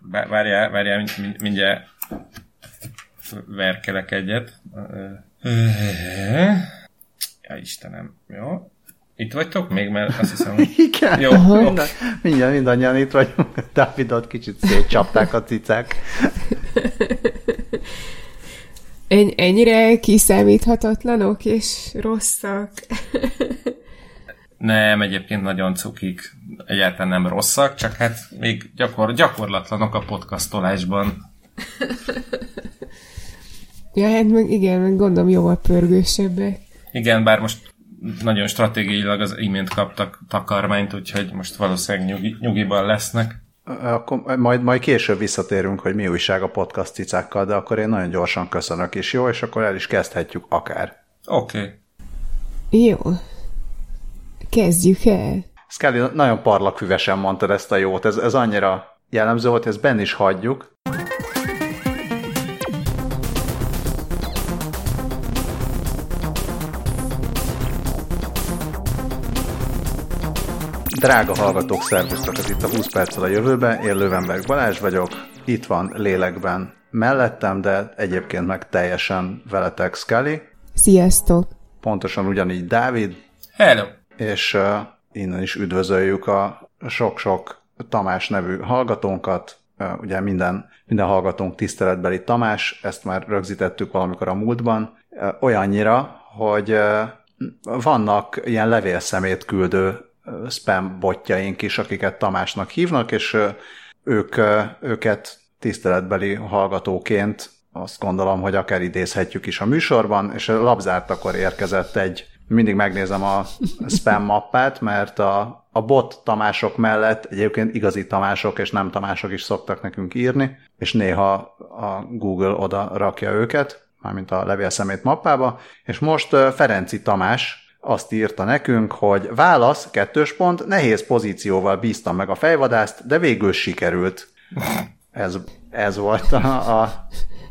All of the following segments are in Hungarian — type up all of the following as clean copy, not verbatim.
Várjál, mindjárt verkelek egyet. Ja, Istenem, jó. Itt vagytok még, mert azt hiszem, hogy... Igen, jó. Mindannyian itt vagyunk. Dávidot kicsit szétcsapták a cicák. Ennyire kiszámíthatatlanok és rosszak. Nem, egyébként nagyon cukik. Egyáltalán nem rosszak, csak hát még gyakorlatlanok a podcastolásban. Ja, hát meg gondolom jóval pörgősebbek. Igen, bár most nagyon stratégiailag az imént kaptak takarmányt, úgyhogy most valószínűleg nyugiban lesznek. Akkor majd később visszatérünk, hogy mi újság a podcast cicákkal, de akkor én nagyon gyorsan köszönök is, jó? És akkor el is kezdhetjük akár. Oké. Jó. Kezdjük el. Scully, nagyon parlagfüvesen mondtad ezt a jót, ez annyira jellemző volt, ezt benn is hagyjuk. Drága hallgatók, szervusztok! Ez itt a 20 perccel a jövőben, én Löwenberg Balázs vagyok, itt van lélekben mellettem, de egyébként meg teljesen veletek Scully. Sziasztok! Pontosan ugyanígy Dávid. Hello! És innen is üdvözöljük a sok-sok Tamás nevű hallgatónkat. Ugye minden hallgatónk tiszteletbeli Tamás, ezt már rögzítettük valamikor a múltban. Olyannyira, hogy vannak ilyen levélszemét küldő spam botjaink is, akiket Tamásnak hívnak, és őket tiszteletbeli hallgatóként azt gondolom, hogy akár idézhetjük is a műsorban, és labzártakor érkezett mindig megnézem a spam mappát, mert a bot Tamások mellett egyébként igazi Tamások és nem Tamások is szoktak nekünk írni, és néha a Google oda rakja őket, mármint a levélszemét mappába, és most Ferenci Tamás azt írta nekünk, hogy válasz, : nehéz pozícióval bíztam meg a fejvadászt, de végül sikerült. Ez volt a...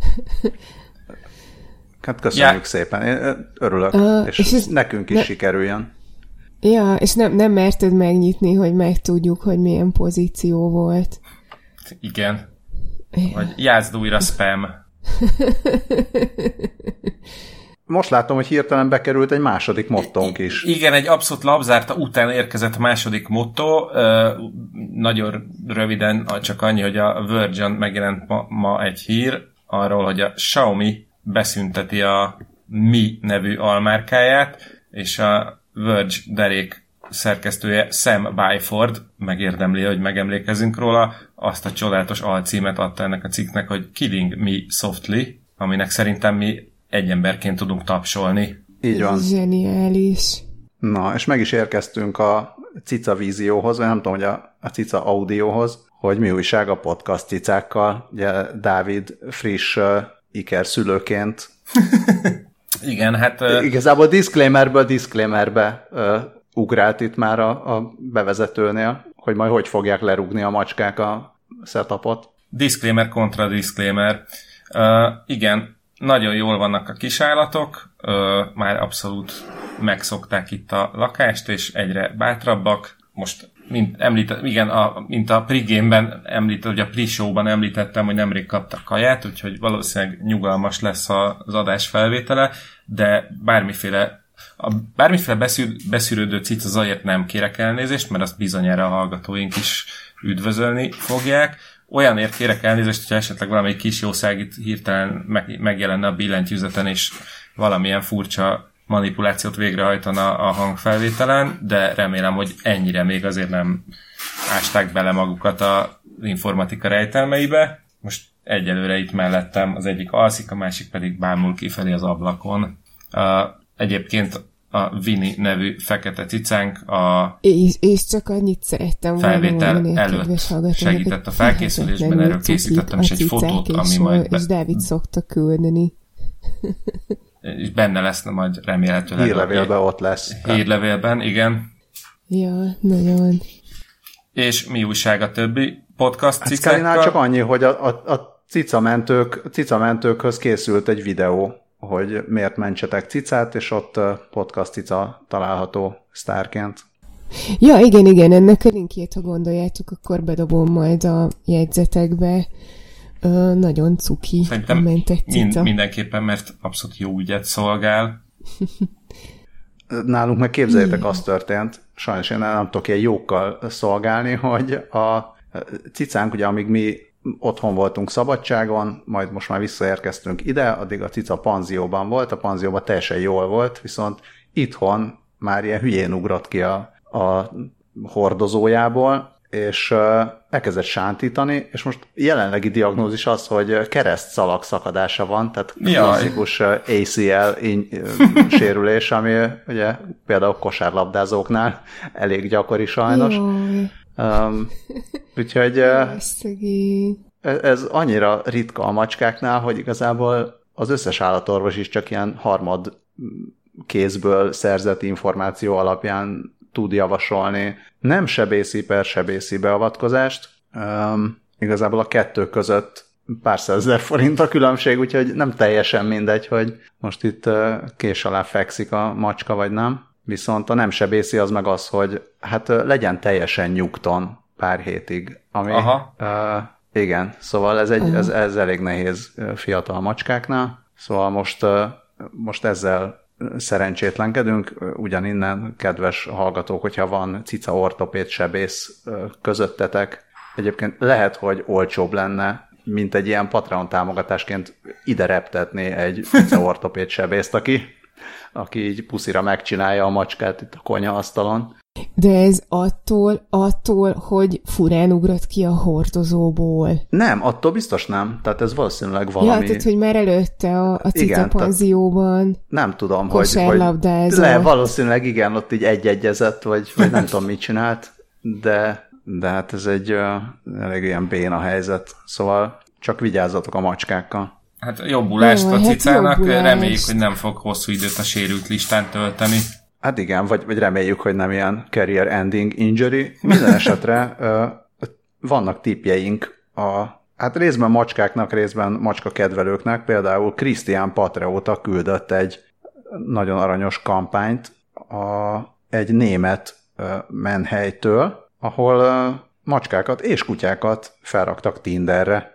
Hát köszönjük szépen, én örülök, és nekünk is sikerüljön. Ja, és nem merted megnyitni, hogy megtudjuk, hogy milyen pozíció volt. Igen. Vagy játszd újra spam. Most látom, hogy hirtelen bekerült egy második mottónk is. Igen, egy abszolút labzárta után érkezett a második motto. Nagyon röviden, csak annyi, hogy a Verge-on megjelent ma egy hír arról, hogy a Xiaomi beszünteti a Mi nevű almárkáját, és a Verge derék szerkesztője Sam Byford megérdemli, hogy megemlékezzünk róla, azt a csodálatos alcímet adta ennek a cikknek, hogy Killing Me Softly, aminek szerintem mi egy emberként tudunk tapsolni. Így van. Zseniális. Na, és meg is érkeztünk a Cica vízióhoz, vagy nem tudom, hogy a Cica audióhoz, hogy mi újság a podcast cicákkal. Ugye Dávid friss ikerszülőként. Igen, hát... Igazából disclaimerbe ugrált itt már a bevezetőnél, hogy majd hogy fogják lerúgni a macskák a setupot. Disclaimer kontra disclaimer. Igen, nagyon jól vannak a kisállatok, már abszolút megszokták itt a lakást, és egyre bátrabbak. Most, mint a pregame-ben hogy a pre-show-ban említettem, hogy nemrég kaptak kaját, úgyhogy valószínűleg nyugalmas lesz az adás felvétele, de bármiféle beszűrődő cica zajért nem kérek elnézést, mert azt bizonyára a hallgatóink is üdvözölni fogják. Olyanért kérek elnézést, hogyha esetleg valamelyik kis jószág itt hirtelen megjelenne a billentyűzeten, és valamilyen furcsa manipulációt végrehajtana a hangfelvételen, de remélem, hogy ennyire még azért nem ásták bele magukat az informatika rejtelmeibe. Most egyelőre itt mellettem az egyik alszik, a másik pedig bámul kifelé az ablakon. Egyébként a Vini nevű fekete cicánk és csak annyit szerettem felvétel előtt segített a felkészülésben, erről készítettem is egy fotót, ami majd... És Dávid szokta küldeni. És benne lesz, majd remélhetőleg... Hírlevélben ott lesz. Hírlevélben, igen. Ja, nagyon. És mi újság a többi podcast cicákkal? Hát csak annyi, hogy a cicamentőkhöz készült egy videó, hogy miért mentsetek cicát, és ott podcast cica található sztárként. Ja, igen, ennek a linkjét, ha gondoljátok, akkor bedobom majd a jegyzetekbe. Nagyon cuki. Szerintem mindenképpen, mert abszolút jó ügyet szolgál. Nálunk meg képzeljétek, az történt, sajnos én nem tudok ilyen jókkal szolgálni, hogy a cicánk, ugye amíg mi otthon voltunk szabadságon, majd most már visszaérkeztünk ide, addig a cica panzióban volt, a panzióban teljesen jól volt, viszont itthon már ilyen hülyén ugrott ki a hordozójából, és elkezdett sántítani, és most jelenlegi diagnózis az, hogy keresztszalag szakadása van, tehát klasszikus ACL sérülés, ami ugye például kosárlabdázóknál elég gyakori sajnos. Úgyhogy ez annyira ritka a macskáknál, hogy igazából az összes állatorvos is csak ilyen harmad kézből szerzett információ alapján tud javasolni nem sebészi per sebészi beavatkozást. Igazából a kettő között pár százezer forint a különbség, úgyhogy nem teljesen mindegy, hogy most itt kés alá fekszik a macska, vagy nem. Viszont a nem sebészi az meg az, hogy hát legyen teljesen nyugton pár hétig. Ami, igen, szóval ez elég nehéz fiatal macskáknál. Szóval most ezzel szerencsétlenkedünk, ugyaninnen, kedves hallgatók, hogyha van cica ortopéd sebész közöttetek, egyébként lehet, hogy olcsóbb lenne, mint egy ilyen Patreon támogatásként ide reptetni egy cica ortopéd sebészt, aki így puszira megcsinálja a macskát itt a konyhaasztalon. De ez attól, hogy furán ugrott ki a hordozóból. Nem, attól biztos nem. Tehát ez valószínűleg valami... Ja, tehát, hogy már előtte a cica panzióban nem tudom, hogy valószínűleg igen, ott így egyezett, vagy nem tudom, mit csinált, de hát ez egy elég ilyen béna helyzet. Szóval csak vigyázzatok a macskákkal. Hát jobbulást a cicának, reméljük, hogy nem fog hosszú időt a sérült listán tölteni. Hát igen, vagy reméljük, hogy nem ilyen career ending injury. Minden esetre vannak tippjeink hát részben macskáknak, részben macska kedvelőknek. Például Krisztián Patreóta küldött egy nagyon aranyos kampányt egy német menhelytől, ahol macskákat és kutyákat felraktak Tinderre.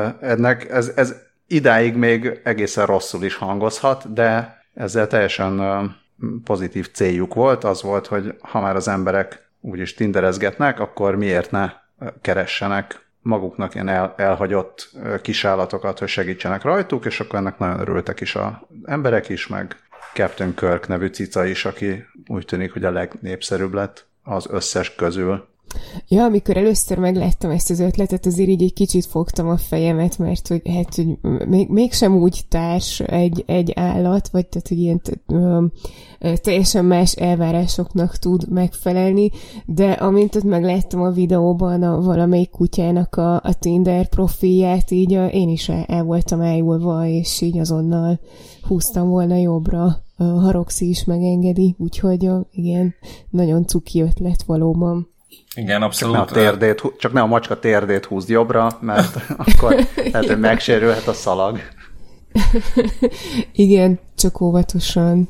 Ez idáig még egészen rosszul is hangozhat, de ezzel teljesen pozitív céljuk volt, az volt, hogy ha már az emberek úgyis tinderezgetnek, akkor miért ne keressenek maguknak ilyen elhagyott kisállatokat, hogy segítsenek rajtuk, és akkor ennek nagyon örültek is az emberek is, meg Captain Kirk nevű cica is, aki úgy tűnik, hogy a legnépszerűbb lett az összes közül. Ja, amikor először megláttam ezt az ötletet, azért így egy kicsit fogtam a fejemet, mert hogy mégsem úgy társ egy állat, vagy tehát, hogy ilyen teljesen más elvárásoknak tud megfelelni, de amint ott megláttam a videóban valamelyik kutyának a Tinder profilját, így én is el voltam ájulva, és így azonnal húztam volna jobbra. A Roxy is megengedi, úgyhogy igen, nagyon cuki ötlet valóban. Igen, abszolút. Csak ne a macska térdét húzd jobbra, mert akkor lehet, hogy megsérülhet a szalag. Igen, csak óvatosan.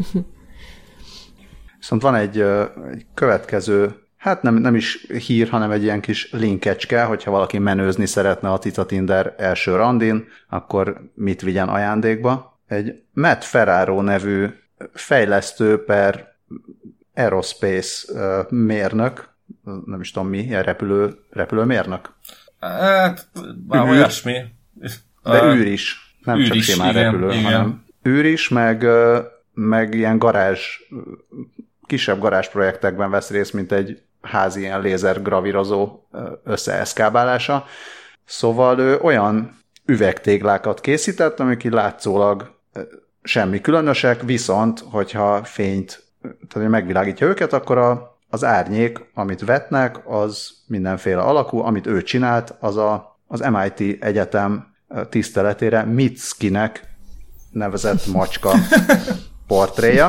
Viszont van egy következő, hát nem is hír, hanem egy ilyen kis linkecske, hogyha valaki menőzni szeretne a Cica Tinder első randin, akkor mit vigyen ajándékba. Egy Matt Ferraro nevű fejlesztő per aerospace mérnök, nem is tudom mi, ilyen repülőmérnök? Hát, olyasmi. De űr is. Nem csak simán repülő, hanem űr is, meg ilyen kisebb garázsprojektekben vesz részt, mint egy házi ilyen lézergravírozó összeeszkábálása. Szóval ő olyan üvegtéglákat készített, amik így látszólag semmi különösek, viszont, hogyha fényt, tehát megvilágítja őket, akkor az árnyék, amit vetnek, az mindenféle alakú, amit ő csinált, az az MIT Egyetem tiszteletére Mitskinek nevezett macska portréja.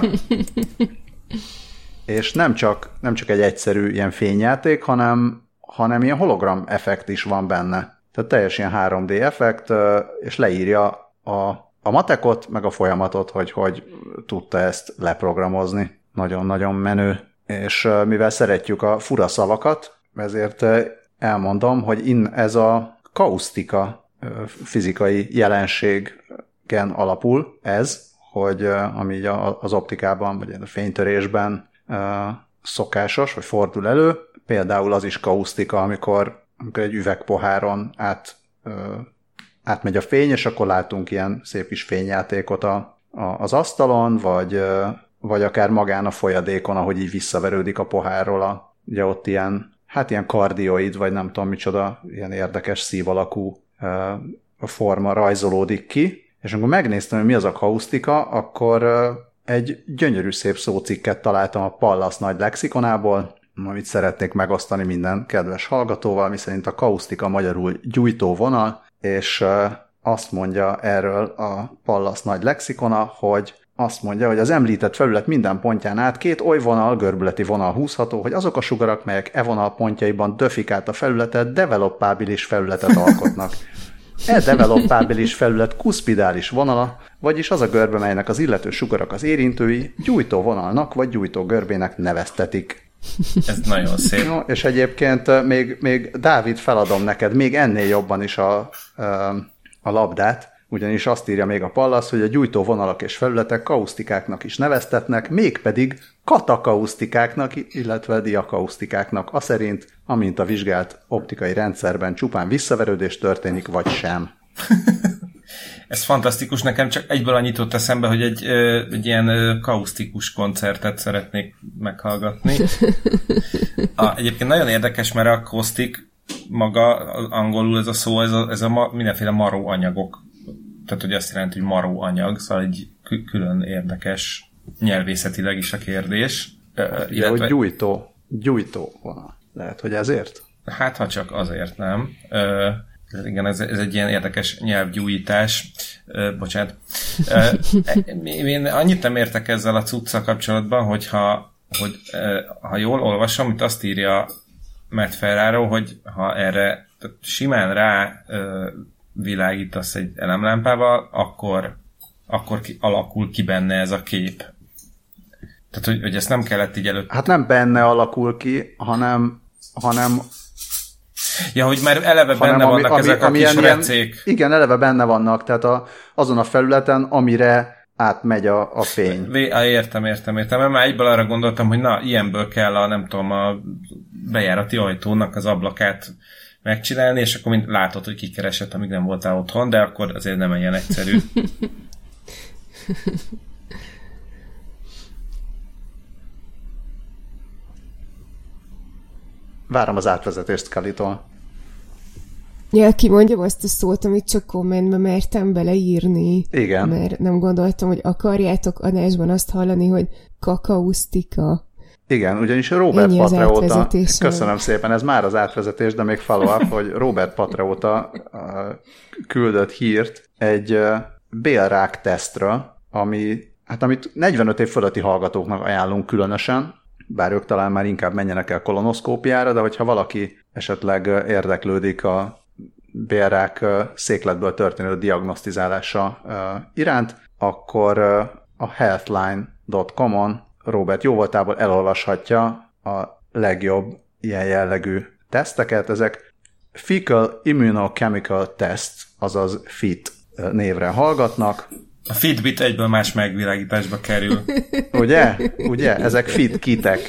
És nem csak egy egyszerű ilyen fényjáték, hanem ilyen hologram effekt is van benne. Tehát teljes ilyen 3D effekt, és leírja a matekot, meg a folyamatot, hogy tudta ezt leprogramozni. Nagyon-nagyon menő. és mivel szeretjük a fura szavakat, ezért elmondom, hogy ez a kausztika fizikai jelenségen alapul ez, hogy ami így az optikában, vagy a fénytörésben szokásos, vagy fordul elő. Például az is kausztika, amikor egy üvegpoháron átmegy a fény, és akkor látunk ilyen szép kis fényjátékot az asztalon, vagy akár magán a folyadékon, ahogy így visszaverődik a pohárról. Ugye ott ilyen kardioid, vagy nem tudom micsoda, ilyen érdekes szív alakú forma rajzolódik ki, és amikor megnéztem, hogy mi az a kausztika, akkor egy gyönyörű szép szócikket találtam a Pallas nagy lexikonából, amit szeretnék megosztani minden kedves hallgatóval, miszerint a kausztika magyarul gyújtó vonal, és azt mondja erről a Pallas nagy lexikona, hogy azt mondja, hogy az említett felület minden pontján át két oly vonal, görbületi vonal húzható, hogy azok a sugarak, melyek e vonal pontjaiban döfik át a felületet, developábilis felületet alkotnak. E developábilis felület kuszpidális vonala, vagyis az a görbe, melynek az illető sugarak az érintői, gyújtó vonalnak vagy gyújtó görbének neveztetik. Ez nagyon szép. No, és egyébként még Dávid, feladom neked még ennél jobban is a labdát, ugyanis azt írja még a Pallas, hogy a gyújtó vonalak és felületek kausztikáknak is neveztetnek, mégpedig katakausztikáknak, illetve diakausztikáknak, aszerint, amint a vizsgált optikai rendszerben csupán visszaverődés történik, vagy sem. Ez fantasztikus, nekem csak egyből annyit jutott eszembe, hogy egy ilyen kausztikus koncertet szeretnék meghallgatni. Egyébként nagyon érdekes, mert a kausztik maga, angolul ez a szó, ez a mindenféle maró anyagok. Tehát, hogy azt jelenti, hogy maró anyag, szóval egy külön érdekes nyelvészetileg is a kérdés. Illetve... hogy gyújtó vonal. Lehet, hogy ezért? Hát, ha csak azért nem. Igen, ez egy ilyen érdekes nyelvgyújítás. Bocsánat. Én annyit nem értek ezzel a cuccal kapcsolatban, hogy ha jól olvasom, itt azt írja Matt Ferraro, hogy ha erre simán rá világítasz egy elemlámpával, akkor alakul ki benne ez a kép. Tehát, hogy ezt nem kellett így előtt... Hát nem benne alakul ki, hanem ja, hogy már eleve benne vannak ezek a kis recék. Igen, eleve benne vannak, tehát azon a felületen, amire átmegy a fény. Értem. Mert már egyből arra gondoltam, hogy na, ilyenből kell a bejárati ajtónak az ablakát megcsinálni, és akkor mind látod, hogy kikeresett, amíg nem voltál otthon, de akkor azért nem ilyen egyszerű. Várom az átvezetést Kalitól. Ja, kimondjam azt a szót, amit csak kommentbe mertem beleírni. Igen. Mert nem gondoltam, hogy akarjátok adásban azt hallani, hogy kakausztika. Igen, ugyanis Robert Patreóta, köszönöm szépen, ez már az átvezetés, de még follow-up, hogy Robert Patreóta küldött hírt egy bélrák tesztről, amit 45 év fölötti hallgatóknak ajánlunk különösen, bár ők talán már inkább menjenek el kolonoszkópiára, de hogyha valaki esetleg érdeklődik a bélrák székletből történő diagnosztizálása iránt, akkor a healthline.com-on Robert jóvoltából elolvashatja a legjobb ilyen jellegű teszteket. Ezek Fecal Immunochemical Test, azaz FIT névre hallgatnak. A Fitbit egyből más megvilágításba kerül. Ugye? Ezek fit kitek.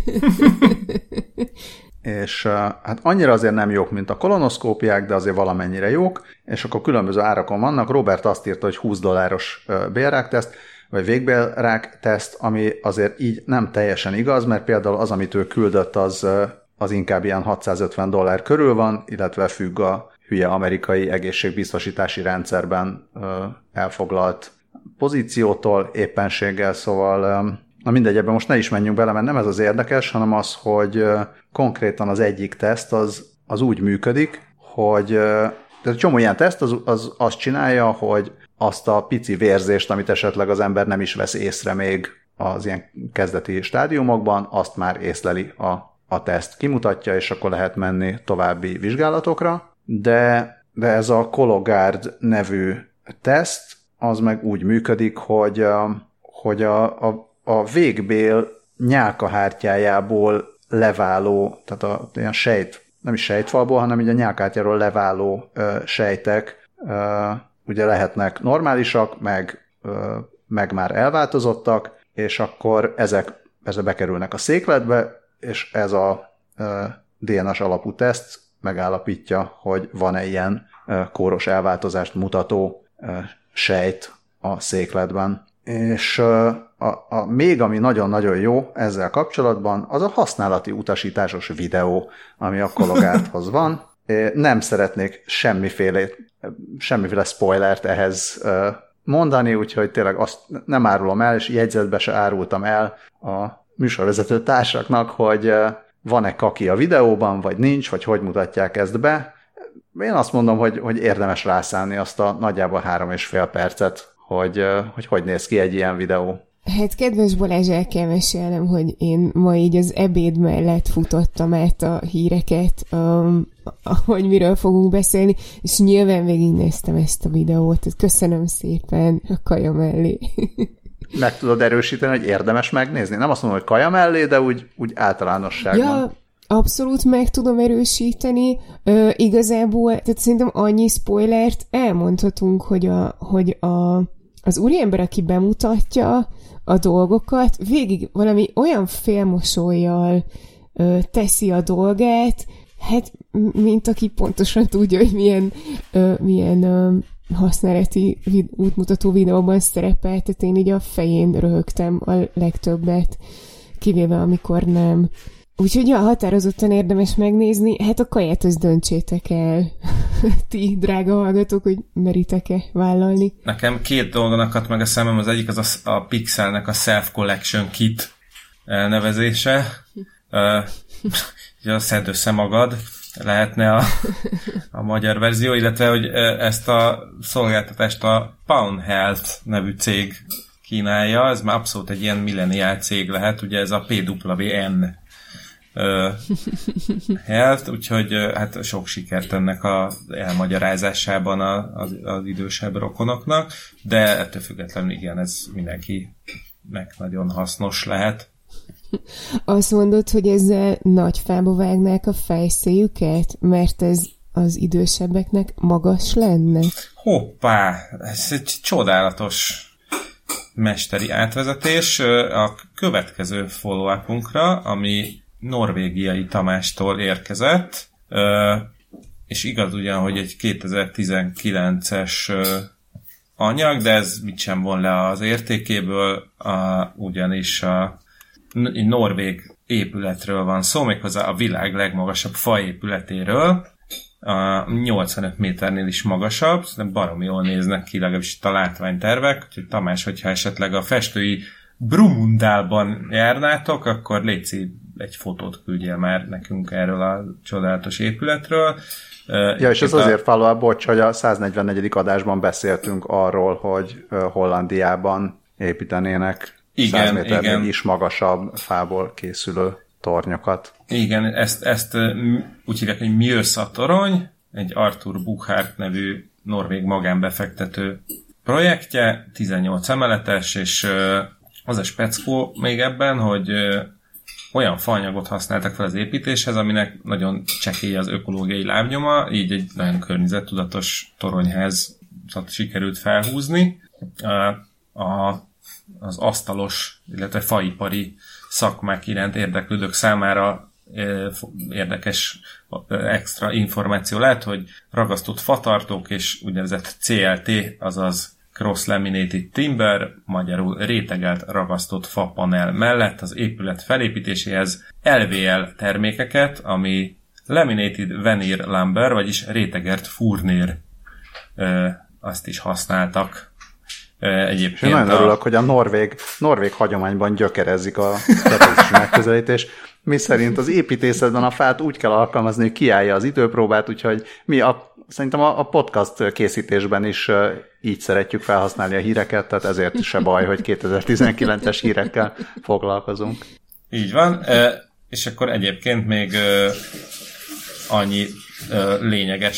És hát annyira azért nem jók, mint a kolonoszkópiák, de azért valamennyire jók, és akkor különböző árakon vannak. Robert azt írta, hogy $20 bélrákteszt, vagy végbélrákteszt, ami azért így nem teljesen igaz, mert például az, amit ő küldött, az inkább ilyen $650 körül van, illetve függ a hülye amerikai egészségbiztosítási rendszerben elfoglalt pozíciótól, éppenséggel, szóval na mindegy, ebben most ne is menjünk bele, mert nem ez az érdekes, hanem az, hogy konkrétan az egyik teszt az úgy működik, hogy tehát csomó ilyen teszt az azt csinálja, hogy azt a pici vérzést, amit esetleg az ember nem is vesz észre még az ilyen kezdeti stádiumokban, azt már észleli a teszt. Kimutatja, és akkor lehet menni további vizsgálatokra, de ez a Cologuard nevű teszt, az meg úgy működik, hogy a végbél nyálkahártyájából leváló, tehát ilyen nem is sejtfalból, hanem így a nyálkahártyáról leváló sejtek ugye lehetnek normálisak, meg már elváltozottak, és akkor ezek bekerülnek a székletbe, és ez a DNS alapú teszt megállapítja, hogy van-e ilyen kóros elváltozást mutató sejt a székletben. És még ami nagyon-nagyon jó ezzel kapcsolatban, az a használati utasításos videó, ami a Cologuardhoz van. Nem szeretnék semmiféle spoilert ehhez mondani, úgyhogy tényleg azt nem árulom el, és jegyzetbe se árultam el a műsorvezető társaknak, hogy van-e kaki a videóban, vagy nincs, vagy hogy mutatják ezt be. Én azt mondom, hogy érdemes rászállni azt a nagyjából 3,5 percet, hogy néz ki egy ilyen videó. Hát kedves Balázs, el kell mesélnem, hogy én ma így az ebéd mellett futottam át a híreket, hogy miről fogunk beszélni, és nyilván végignéztem ezt a videót, tehát köszönöm szépen a kaja mellé. Meg tudod erősíteni, hogy érdemes megnézni? Nem azt mondom, hogy kaja mellé, de úgy általánosságban. Ja, abszolút meg tudom erősíteni. Igazából, tehát szerintem annyi spoilert elmondhatunk, hogy az úriember, aki bemutatja a dolgokat, végig valami olyan félmosollyal teszi a dolgát, hát mint aki pontosan tudja, hogy milyen használati útmutató videóban szerepel, tehát én így a fején röhögtem a legtöbbet, kivéve amikor nem. Úgyhogy határozottan érdemes megnézni, hát a kaját azt döntsétek el. Ti, drága hallgatók, hogy meritek-e vállalni. Nekem 2 dolgon akadt meg a szemem, az egyik az a Pixelnek a Self Collection Kit elnevezése. A szedd össze magad lehetne a magyar verzió, illetve hogy ezt a szolgáltatást a Pound Health nevű cég kínálja, ez már abszolút egy ilyen milleniál cég lehet, ugye ez a PWN Health, úgyhogy hát sok sikert ennek az elmagyarázásában az idősebb rokonoknak, de ettől függetlenül igen, ez mindenkinek nagyon hasznos lehet. Azt mondod, hogy ezzel nagy fába vágnák a fejszéjüket, mert ez az idősebbeknek magas lenne? Hoppá! Ez egy csodálatos mesteri átvezetés. A következő follow-upunkra, ami norvégiai Tamástól érkezett, és igaz ugyan, hogy egy 2019-es anyag, de ez mit sem von le az értékéből, ugyanis egy norvég épületről van szó, méghozzá a világ legmagasabb faépületéről, 85 méternél is magasabb, baromi jól néznek ki, legalábbis itt a látványtervek, úgyhogy Tamás, hogyha esetleg a festői Brumundálban járnátok, akkor légy egy fotót küldjél már nekünk erről a csodálatos épületről. Ja, és ez azért follow-up, bocs, hogy a 144. adásban beszéltünk arról, hogy Hollandiában építenének 100 méternél is magasabb fából készülő tornyokat. Igen, ezt úgy hívják, hogy Mjøsa torony, egy Arthur Buchhardt nevű norvég magánbefektető projektje, 18 emeletes, és az a speckó még ebben, hogy olyan faanyagot használtak fel az építéshez, aminek nagyon csekély az ökológiai lábnyoma, így egy nagyon környezettudatos toronyház sikerült felhúzni. Az asztalos, illetve faipari szakmák iránt érdeklődők számára érdekes extra információ lehet, hogy ragasztott fatartók és úgynevezett CLT, azaz Cross Laminated Timber, magyarul rétegelt ragasztott fapanel mellett az épület felépítéséhez LVL termékeket, ami Laminated Veneer Lumber, vagyis rétegelt furnér, azt is használtak. Egyébként én nagyon örülök, hogy a norvég hagyományban gyökerezik a stratégiai megközelítés, mi szerint az építészetben a fát úgy kell alkalmazni, hogy kiállja az időpróbát, úgyhogy mi szerintem a podcast készítésben is így szeretjük felhasználni a híreket, tehát ezért se baj, hogy 2019-es hírekkel foglalkozunk. Így van, és akkor egyébként még annyi lényeges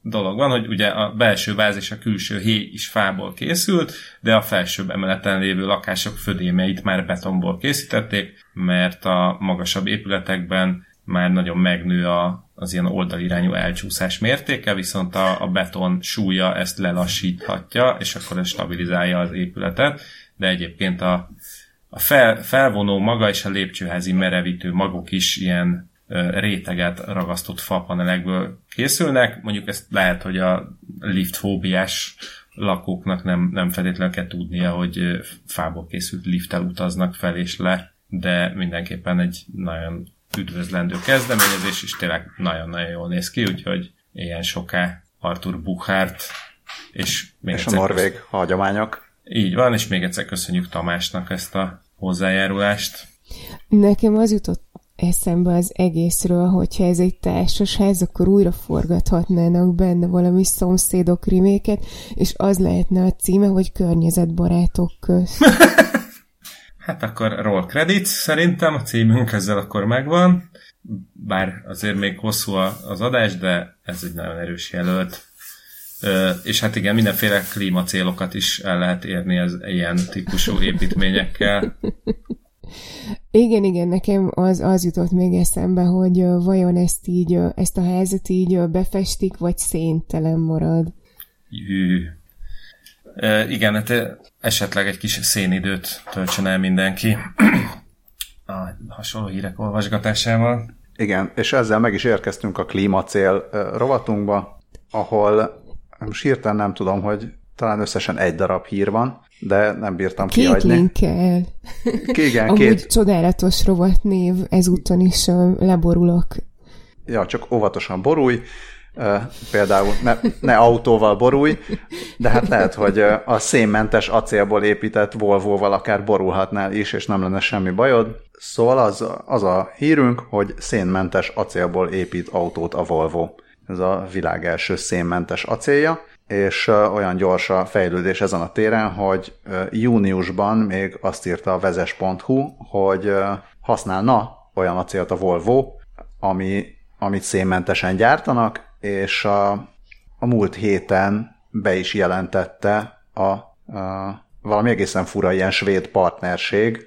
dolog van, hogy ugye a belső váz és a külső héj is fából készült, de a felsőbb emeleten lévő lakások födémeit már betonból készítették, mert a magasabb épületekben már nagyon megnő az ilyen oldalirányú elcsúszás mértéke, viszont a beton súlya ezt lelassíthatja, és akkor ez stabilizálja az épületet, de egyébként a felvonó maga és a lépcsőházi merevítő magok is ilyen réteget ragasztott fapanelekből készülnek. Mondjuk ezt lehet, hogy a liftfóbiás lakóknak nem feltétlenül kell tudnia, hogy fából készült lifttel utaznak fel és le, de mindenképpen egy nagyon üdvözlendő kezdeményezés, és tényleg nagyon-nagyon jól néz ki, úgyhogy ilyen soká Arthur Buchardt, és a norvég hagyományok. Így van, és még egyszer köszönjük Tamásnak ezt a hozzájárulást. Nekem az jutott eszembe az egészről, hogyha ez egy társasház, akkor újra forgathatnának benne valami szomszédok reméket, és az lehetne a címe, hogy Környezetbarátok közt. Hát akkor roll credits, szerintem a címünk ezzel akkor megvan, bár azért még hosszú az adás, de ez egy nagyon erős jelölt. És hát igen, mindenféle klímacélokat is el lehet érni az ilyen típusú építményekkel. Igen, nekem az jutott még eszembe, hogy vajon ezt a házat így befestik, vagy széntelen marad. Igen, hát esetleg egy kis szénidőt töltsön el mindenki a hasonló hírek olvasgatásával. Igen, és ezzel meg is érkeztünk a klímacél rovatunkba, ahol most hirtelen nem tudom, hogy talán összesen 1 darab hír van, de nem bírtam kiadni. 2 linkkel. Igen, amúgy csodálatos rovat név, ezúton is leborulok. Ja, csak óvatosan borulj, például ne autóval borulj, de hát lehet, hogy a szénmentes acélból épített Volvo-val akár borulhatnál is, és nem lenne semmi bajod. Szóval az a hírünk, hogy szénmentes acélból épít autót a Volvo. Ez a világ első szénmentes acélja, és olyan gyors a fejlődés ezen a téren, hogy júniusban még azt írta a vezes.hu, hogy használna olyan acélt a Volvo, amit szénmentesen gyártanak, és a múlt héten be is jelentette valami egészen fura ilyen svéd partnerség,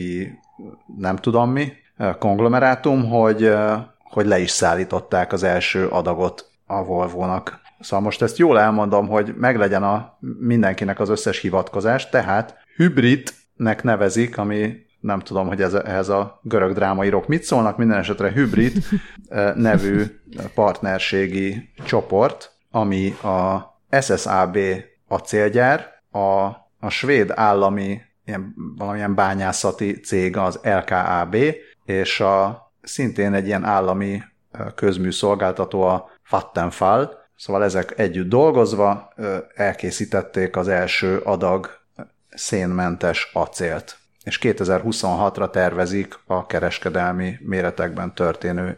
nem tudom mi, konglomerátum, hogy le is szállították az első adagot a Volvo-nak. Szóval most ezt jól elmondom, hogy meglegyen mindenkinek az összes hivatkozás, tehát hibridnek nevezik, ami nem tudom, hogy ehhez a görög drámaírók mit szólnak, minden esetre Hybrid nevű partnerségi csoport, ami a SSAB acélgyár, a svéd állami valamilyen bányászati cég az LKAB, és szintén egy ilyen állami közműszolgáltató a Vattenfall. Szóval ezek együtt dolgozva elkészítették az első adag szénmentes acélt. És 2026-ra tervezik a kereskedelmi méretekben történő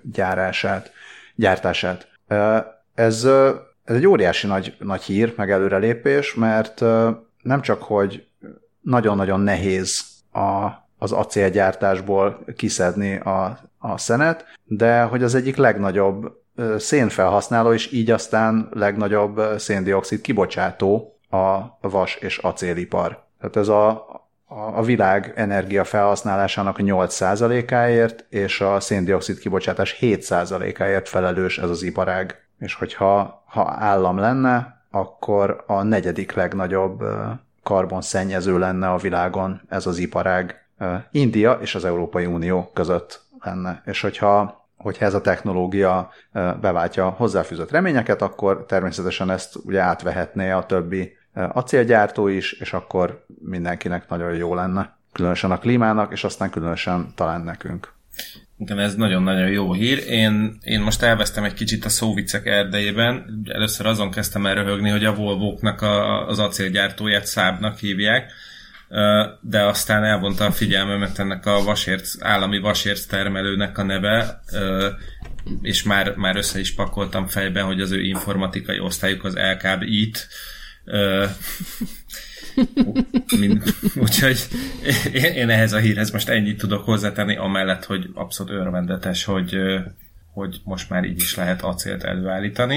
gyártását. Ez egy óriási nagy hír, meg előrelépés, mert nem csak, hogy nagyon-nagyon nehéz az acélgyártásból kiszedni a szenet, de hogy az egyik legnagyobb szénfelhasználó, és így aztán legnagyobb széndioxid kibocsátó a vas- és acélipar. Tehát ez a világ energiafelhasználásának 8%-áért, és a széndioxid kibocsátás 7%-áért felelős ez az iparág. És hogyha állam lenne, akkor a 4. legnagyobb karbonszennyező lenne a világon ez az iparág. India és az Európai Unió között lenne. És hogyha ez a technológia beváltja hozzáfűzött reményeket, akkor természetesen ezt ugye átvehetné a többi acélgyártó is, és akkor mindenkinek nagyon jó lenne. Különösen a klímának, és aztán különösen talán nekünk. Igen, ez nagyon-nagyon jó hír. Én most elvesztem egy kicsit a szóviccek erdejében. Először azon kezdtem el röhögni, hogy a Volvo-knak az acélgyártóját Saabnak hívják, de aztán elvonta a figyelmemet ennek a állami vasérc termelőnek a neve, és már össze is pakoltam fejbe, hogy az ő informatikai osztályuk az LKB-t. Úgyhogy én ehhez a hírhez most ennyit tudok hozzátenni, amellett, hogy abszolút örvendetes, hogy most már így is lehet acélt előállítani.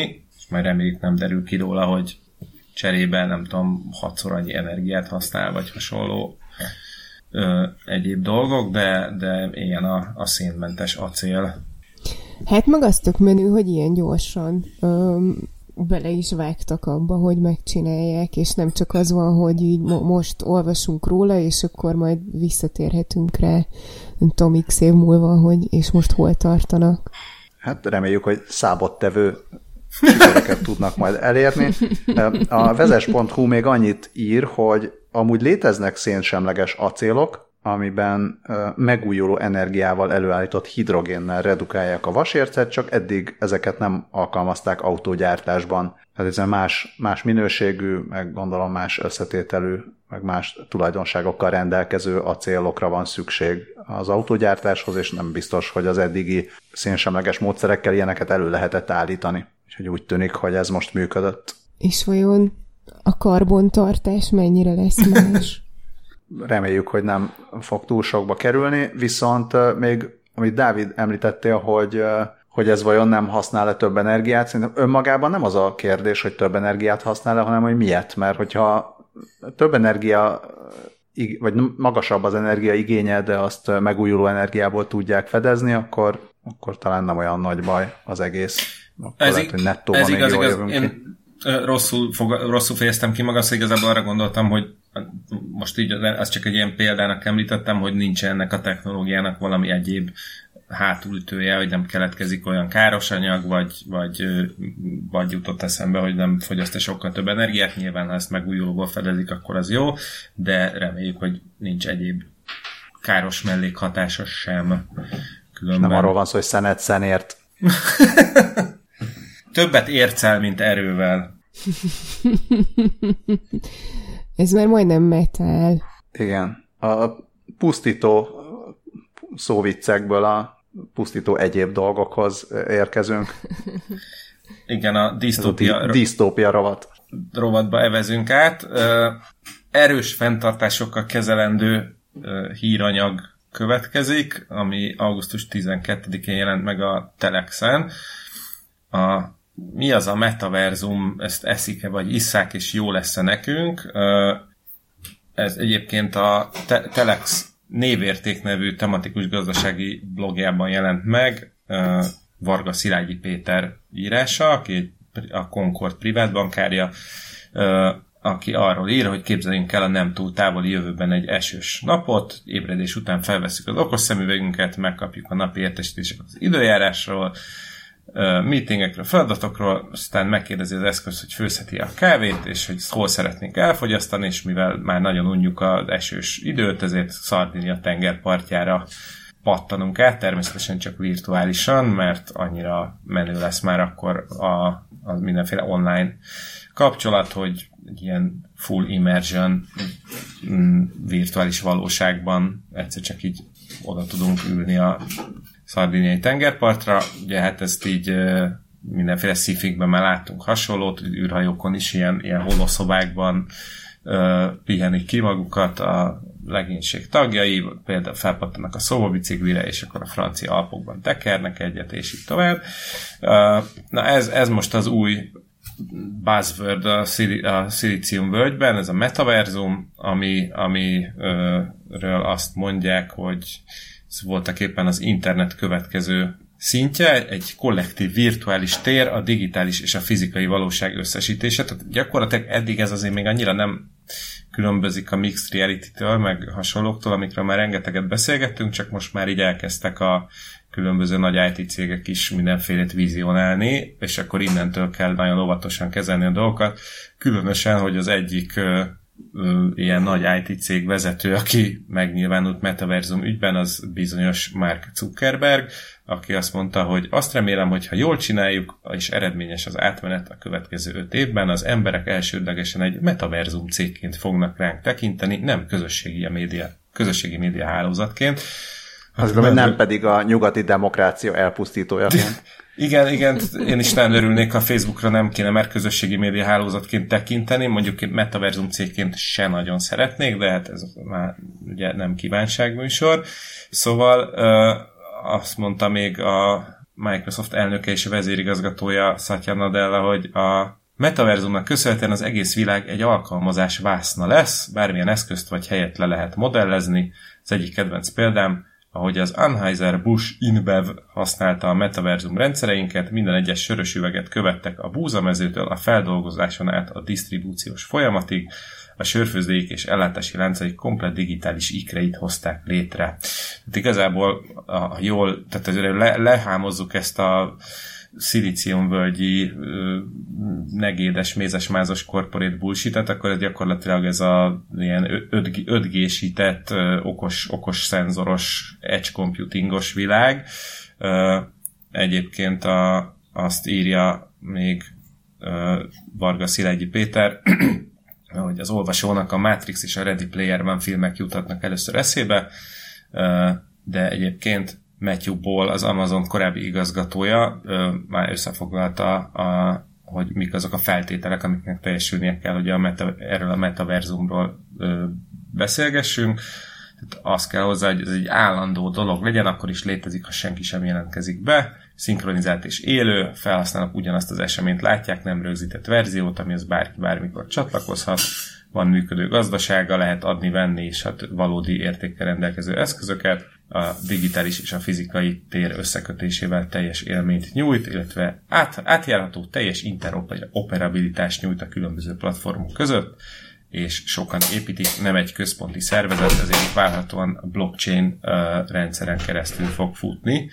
majd reméljük nem derül ki róla, hogy cserébe nem tudom, 6-szor annyi energiát használ, vagy hasonló egyéb dolgok, de ilyen a szénmentes acél. Hát meg az tök menő, hogy ilyen gyorsan bele is vágtak abba, hogy megcsinálják, és nem csak az van, hogy így most olvasunk róla, és akkor majd visszatérhetünk rá, nem tudom, x év múlva, hogy és most hol tartanak. Hát reméljük, hogy szábottevő sikereket tudnak majd elérni. A vezes.hu még annyit ír, hogy amúgy léteznek szénsemleges acélok, amiben megújuló energiával előállított hidrogénnel redukálják a vasércet, csak eddig ezeket nem alkalmazták autógyártásban. Tehát ez más minőségű, meg gondolom más összetételű, meg más tulajdonságokkal rendelkező acélokra van szükség az autógyártáshoz, és nem biztos, hogy az eddigi szénsemleges módszerekkel ilyeneket elő lehetett állítani. Úgyhogy úgy tűnik, hogy ez most működött. És vajon a karbontartás mennyire lesz más? Reméljük, hogy nem fog túl sokba kerülni, viszont még, amit Dávid említettél, hogy ez vajon nem használ-e több energiát, szerintem önmagában nem az a kérdés, hogy több energiát használ-e, hanem hogy miért, mert hogyha több energia, vagy magasabb az energia igénye, de azt megújuló energiából tudják fedezni, akkor talán nem olyan nagy baj az egész. Akkor lehet, hogy nettóban még jól jövünk ki. Rosszul fejeztem ki magam, szóval igazából arra gondoltam, hogy most így az csak egy ilyen példának említettem, hogy nincs ennek a technológiának valami egyéb hátulütője, hogy nem keletkezik olyan káros anyag, vagy jutott eszembe, hogy nem fogyaszt sokkal több energiát. Nyilván, ha ezt megújulóból fedezik, akkor az jó, de reméljük, hogy nincs egyéb káros mellékhatása sem. Különben... Nem arról van szó, hogy szenet szenért. Többet ércel, mint erővel. Ez már majdnem metál. Igen. A pusztító szóviccekből a pusztító egyéb dolgokhoz érkezünk. Igen, a disztópia rovatba evezünk át. Erős fenntartásokkal kezelendő híranyag következik, ami augusztus 12-én jelent meg a Telexen. Mi az a metaverzum, ezt eszik-e, vagy isszák, és jó lesz-e nekünk? Ez egyébként a Telex névérték nevű tematikus gazdasági blogjában jelent meg, Varga Szilágyi Péter írása, aki a Concord privát bankárja, aki arról ír, hogy képzeljünk el a nem túl távoli jövőben egy esős napot, ébredés után felvesszük az okos szemüvegünket, megkapjuk a napi értesítéseket az időjárásról, meetingekről, feladatokról, aztán megkérdezi az eszköz, hogy főzheti a kávét, és hogy hol szeretnénk elfogyasztani, és mivel már nagyon unjuk az esős időt, ezért Szardinia tengerpartjára pattanunk át, természetesen csak virtuálisan, mert annyira menő lesz már akkor a mindenféle online kapcsolat, hogy egy ilyen full immersion virtuális valóságban egyszer csak így oda tudunk ülni a szardiniai tengerpartra. Ugye hát ezt így mindenféle sci-fikben már láttunk hasonlót, űrhajókon is ilyen holoszobákban pihenik ki magukat a legénység tagjai, például felpattanak a szobabiciklire, és akkor a francia Alpokban tekernek egyet, és így tovább. Na ez most az új buzzword a Szilícium völgyben, ez a metaverzum, amiről azt mondják, hogy ez voltak éppen az internet következő szintje, egy kollektív virtuális tér, a digitális és a fizikai valóság összesítése. Tehát gyakorlatilag eddig ez azért még annyira nem különbözik a mixed reality-től, meg hasonlóktól, amikről már rengeteget beszélgettünk, csak most már így elkezdtek a különböző nagy IT cégek is mindenfélét vizionálni, és akkor innentől kell nagyon óvatosan kezelni a dolgokat. Különösen, hogy az egyik ilyen nagy IT cég vezető, aki megnyilvánult metaverzum ügyben, az bizonyos Mark Zuckerberg, aki azt mondta, hogy azt remélem, hogy ha jól csináljuk, és eredményes az átmenet a következő 5 évben, az emberek elsődlegesen egy metaverzum cégként fognak ránk tekinteni, nem közösségi média hálózatként. Nem pedig a nyugati demokrácia elpusztítójaként. Igen, én is nagyon örülnék, ha Facebookra nem kéne már közösségi média hálózatként tekinteni, mondjuk metaverzum cégként se nagyon szeretnék, de hát ez már ugye nem kívánságműsor. Szóval azt mondta még Microsoft elnöke és vezérigazgatója Satya Nadella, hogy a metaverzumnak köszönhetően az egész világ egy alkalmazás vászna lesz, bármilyen eszközt vagy helyet le lehet modellezni. Az egyik kedvenc példám, ahogy az Anheuser-Busch InBev használta a metaverzum rendszereinket, minden egyes sörös üveget követtek a búzamezőtől a feldolgozáson át a disztribúciós folyamatig, a sörfőzdék és ellátási láncai komplett digitális ikreit hozták létre. Tehát igazából tehát lehámozzuk ezt a szilíciumvölgyi negédes, mézesmázos corporate bullshit-et, akkor ez gyakorlatilag ez a ilyen 5G-sített, okos szenzoros, edge computingos világ. Egyébként azt írja még Varga Szilágyi Péter, hogy az olvasónak a Matrix és a Ready Player One filmek juthatnak először eszébe, de egyébként Matthew Ball, az Amazon korábbi igazgatója már összefoglalta, hogy mik azok a feltételek, amiknek teljesülnie kell, hogy erről a metaverzumról beszélgessünk. Tehát az kell hozzá, hogy ez egy állandó dolog legyen, akkor is létezik, ha senki sem jelentkezik be. Szinkronizált és élő, felhasználók ugyanazt az eseményt látják, nem rögzített verziót, amihez bárki bármikor csatlakozhat. Van működő gazdasága, lehet adni-venni és hát valódi értékkel rendelkező eszközöket. A digitális és a fizikai tér összekötésével teljes élményt nyújt, illetve átjárható teljes interoperabilitást nyújt a különböző platformok között, és sokan építik, nem egy központi szervezet, ezért várhatóan a blockchain rendszeren keresztül fog futni.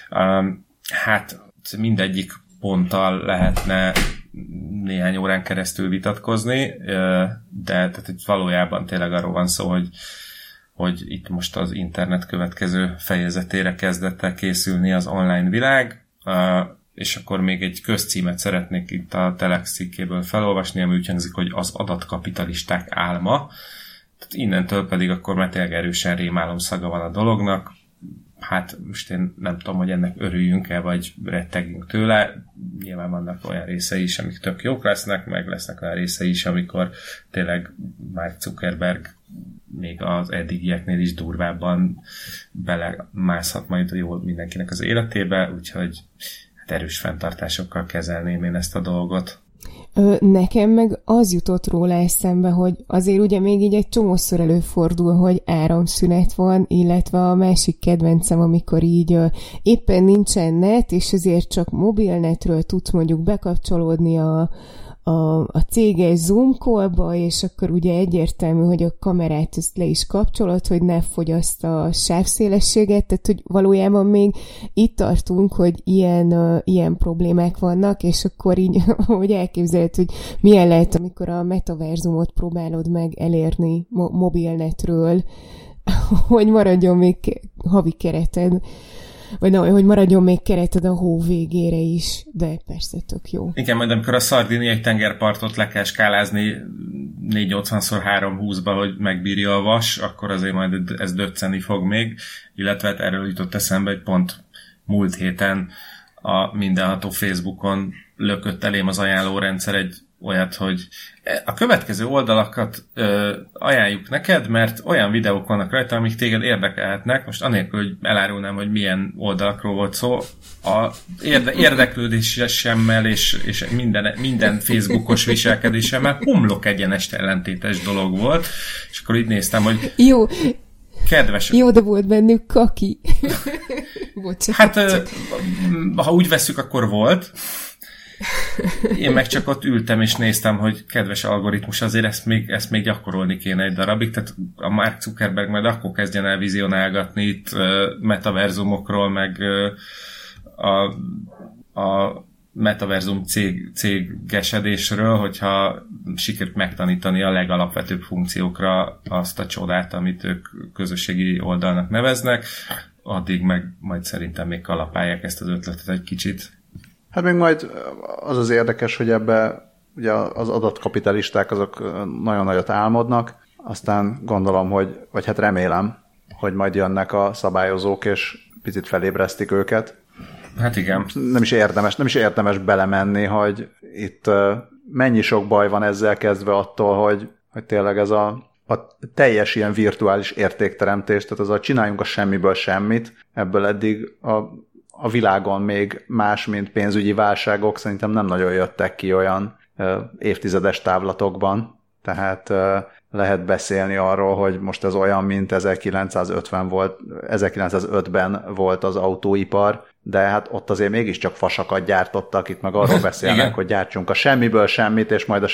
Hát mindegyik ponttal lehetne néhány órán keresztül vitatkozni, de tehát valójában tényleg arról van szó, hogy itt most az internet következő fejezetére kezdett el készülni az online világ, és akkor még egy közcímet szeretnék itt a Telex cikkéből felolvasni, ami úgy hangzik, hogy az adatkapitalisták álma. Tehát innentől pedig akkor már tényleg erősen rémálom szaga van a dolognak. Hát most én nem tudom, hogy ennek örüljünk-e, vagy rettegünk tőle. Nyilván vannak olyan részei is, amik tök jók lesznek, meg lesznek olyan részei is, amikor tényleg Mark Zuckerberg még az eddigieknél is durvábban belemászhat majd jól mindenkinek az életébe, úgyhogy hát erős fenntartásokkal kezelném én ezt a dolgot. Nekem meg az jutott róla eszembe, hogy azért ugye még így egy csomószor előfordul, hogy áramszünet van, illetve a másik kedvencem, amikor így éppen nincsen net, és ezért csak mobilnetről tudsz mondjuk bekapcsolódni a céges Zoom callba, és akkor ugye egyértelmű, hogy a kamerát ezt le is kapcsolod, hogy ne fogyaszt a sávszélességet, tehát hogy valójában még itt tartunk, hogy ilyen problémák vannak, és akkor így, hogy elképzeled, hogy milyen lehet, amikor a metaverzumot próbálod meg elérni mobilnetről, hogy maradjon még havi kereted, vagy hogy maradjon még kereted a hó végére is, de persze tök jó. Igen, majd amikor a szardiniai tengerpartot le kell skálázni 480x320-ba, hogy megbírja a vas, akkor azért majd ez döcceni fog még, illetve hát erről jutott eszembe, hogy pont múlt héten a mindenható Facebookon lökött elém az ajánlórendszer egy olyat, hogy a következő oldalakat ajánljuk neked, mert olyan videók vannak rajta, amik téged érdekelhetnek. Most anélkül, hogy elárulnám, hogy milyen oldalakról volt szó, a érdeklődésemmel és minden Facebookos viselkedésemmel homlok egyenest ellentétes dolog volt, és akkor így néztem, hogy jó. Kedves. Jó, de volt bennük kaki. Hát, ha úgy vesszük, akkor volt. Én meg csak ott ültem és néztem, hogy kedves algoritmus, azért ezt még gyakorolni kéne egy darabig, tehát a Mark Zuckerberg majd akkor kezdjen el vizionálgatni itt metaverzumokról, meg a metaverzum cégesedésről, hogyha sikerült megtanítani a legalapvetőbb funkciókra azt a csodát, amit ők közösségi oldalnak neveznek, addig meg majd szerintem még kalapálják ezt az ötletet egy kicsit. Hát még majd az érdekes, hogy ebbe ugye az adatkapitalisták azok nagyon nagyot álmodnak, aztán gondolom, vagy hát remélem, hogy majd jönnek a szabályozók, és picit felébresztik őket. Hát igen. Nem is érdemes belemenni, hogy itt mennyi sok baj van ezzel kezdve attól, hogy tényleg ez a teljes ilyen virtuális értékteremtés, tehát az a csináljunk a semmiből semmit, ebből eddig a világon még más, mint pénzügyi válságok, szerintem nem nagyon jöttek ki olyan évtizedes távlatokban, tehát lehet beszélni arról, hogy most ez olyan, mint 1905-ben volt az autóipar, de hát ott azért mégiscsak fasakat gyártottak, itt meg arról beszélnek, hogy gyártsunk a semmiből semmit, és majd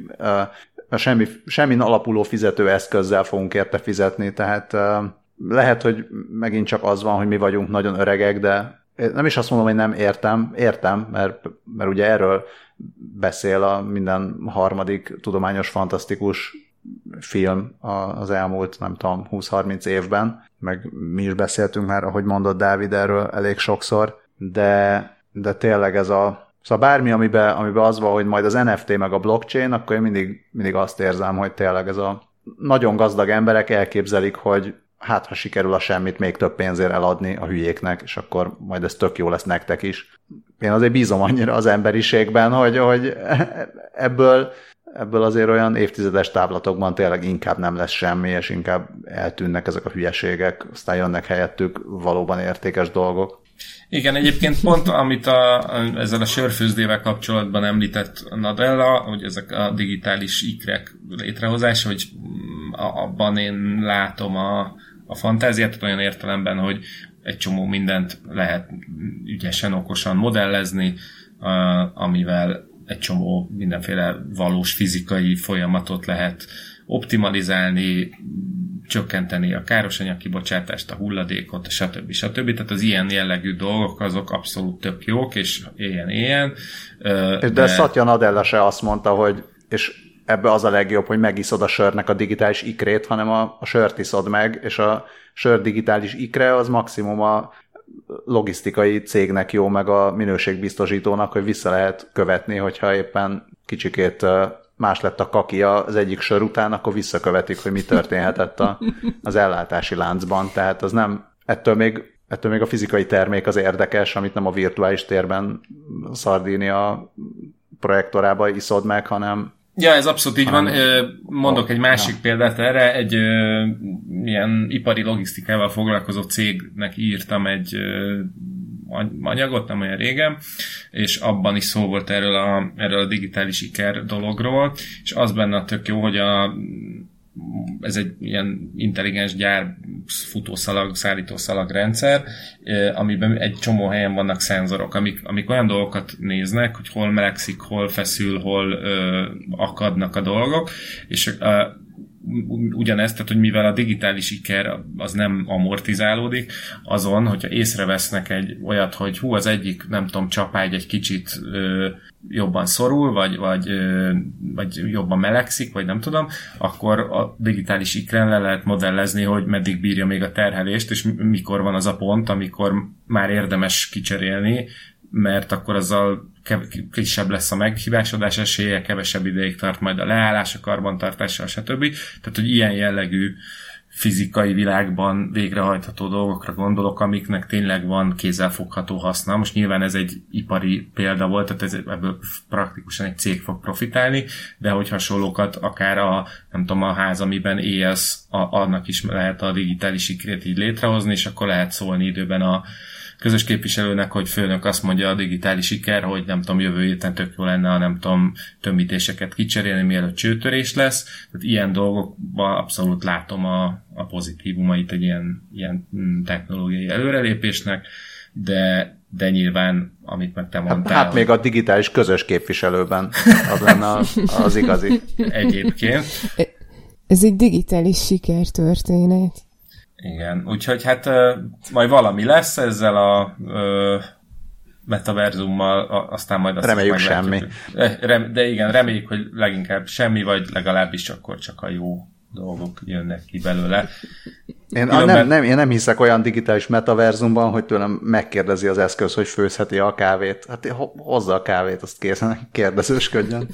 a semmin alapuló fizetőeszközzel fogunk érte fizetni, tehát lehet, hogy megint csak az van, hogy mi vagyunk nagyon öregek, de nem is azt mondom, hogy nem értem, mert ugye erről beszél a minden harmadik tudományos fantasztikus film az elmúlt, nem tudom, 20-30 évben, meg mi is beszéltünk már, ahogy mondott Dávid, erről elég sokszor, de tényleg ez szóval bármi, amiben az van, hogy majd az NFT meg a blockchain, akkor én mindig azt érzem, hogy tényleg ez a nagyon gazdag emberek elképzelik, hogy hát, ha sikerül a semmit még több pénzért eladni a hülyéknek, és akkor majd ez tök jó lesz nektek is. Én azért bízom annyira az emberiségben, hogy ebből azért olyan évtizedes távlatokban tényleg inkább nem lesz semmi, és inkább eltűnnek ezek a hülyeségek, aztán jönnek helyettük valóban értékes dolgok. Igen, egyébként pont, amit ezzel a sörfőzdével kapcsolatban említett Nadella, hogy ezek a digitális ikrek létrehozása, hogy abban én látom a fantáziát, olyan értelemben, hogy egy csomó mindent lehet ügyesen, okosan modellezni, amivel egy csomó mindenféle valós fizikai folyamatot lehet optimalizálni, csökkenteni a károsanyag kibocsátást, a hulladékot, stb. Tehát az ilyen jellegű dolgok azok abszolút tök jók, és éljen. De Satya Nadella se azt mondta, hogy és ebbe az a legjobb, hogy megiszod a sörnek a digitális ikrét, hanem a sört iszod meg, és a sör digitális ikre az maximum a logisztikai cégnek jó, meg a minőségbiztosítónak, hogy vissza lehet követni, hogyha éppen kicsikét más lett a kaki az egyik sör után, akkor visszakövetik, hogy mi történhetett az ellátási láncban. Tehát az nem, ettől még a fizikai termék az érdekes, amit nem a virtuális térben Sardinia projektorába iszod meg, hanem... Ja, ez abszolút így van. Mondok egy másik példát erre. Egy ilyen ipari logisztikával foglalkozó cégnek írtam egy anyagot, nem olyan régen, és abban is szó volt erről a digitális iker dologról, és az benne tök jó, hogy ez egy ilyen intelligens gyár futószalag, szállítószalag rendszer, amiben egy csomó helyen vannak szenzorok, amik olyan dolgokat néznek, hogy hol melegszik, hol feszül, hol akadnak a dolgok, és ugyanezt, tehát, hogy mivel a digitális iker az nem amortizálódik, azon, hogyha észrevesznek egy olyat, hogy az egyik, nem tudom, csapágy egy kicsit jobban szorul, vagy jobban melegszik, vagy nem tudom, akkor a digitális ikren le lehet modellezni, hogy meddig bírja még a terhelést, és mikor van az a pont, amikor már érdemes kicserélni, mert akkor azzal kisebb lesz a meghibásodás esélye, kevesebb ideig tart majd a leállás, a karbantartással, stb. Tehát, hogy ilyen jellegű fizikai világban végrehajtható dolgokra gondolok, amiknek tényleg van kézzelfogható haszna. Most nyilván ez egy ipari példa volt, tehát ebből praktikusan egy cég fog profitálni, de hogy hasonlókat akár a ház, amiben élsz, annak is lehet a digitális ikrét így létrehozni, és akkor lehet szólni időben a közös képviselőnek, hogy főnök azt mondja a digitális iker, hogy nem tudom, jövő héten tök jó lenne, nem tudom, tömítéseket kicserélni, mielőtt csőtörés lesz. Tehát ilyen dolgokban abszolút látom a pozitívumait egy ilyen technológiai előrelépésnek, de nyilván, amit meg te mondtál... Hát még a digitális közös képviselőben az lenne az igazi. Egyébként. Ez egy digitális sikertörténet. Igen, úgyhogy hát majd valami lesz ezzel a metaverzummal, aztán majd azt reméljük semmi. De igen, reméljük, hogy leginkább semmi, vagy legalábbis akkor csak a jó dolgok jönnek ki belőle. Én nem hiszek olyan digitális metaverzumban, hogy tőlem megkérdezi az eszköz, hogy főzheti a kávét. Hát hozza a kávét, azt készen kérdezősködjön.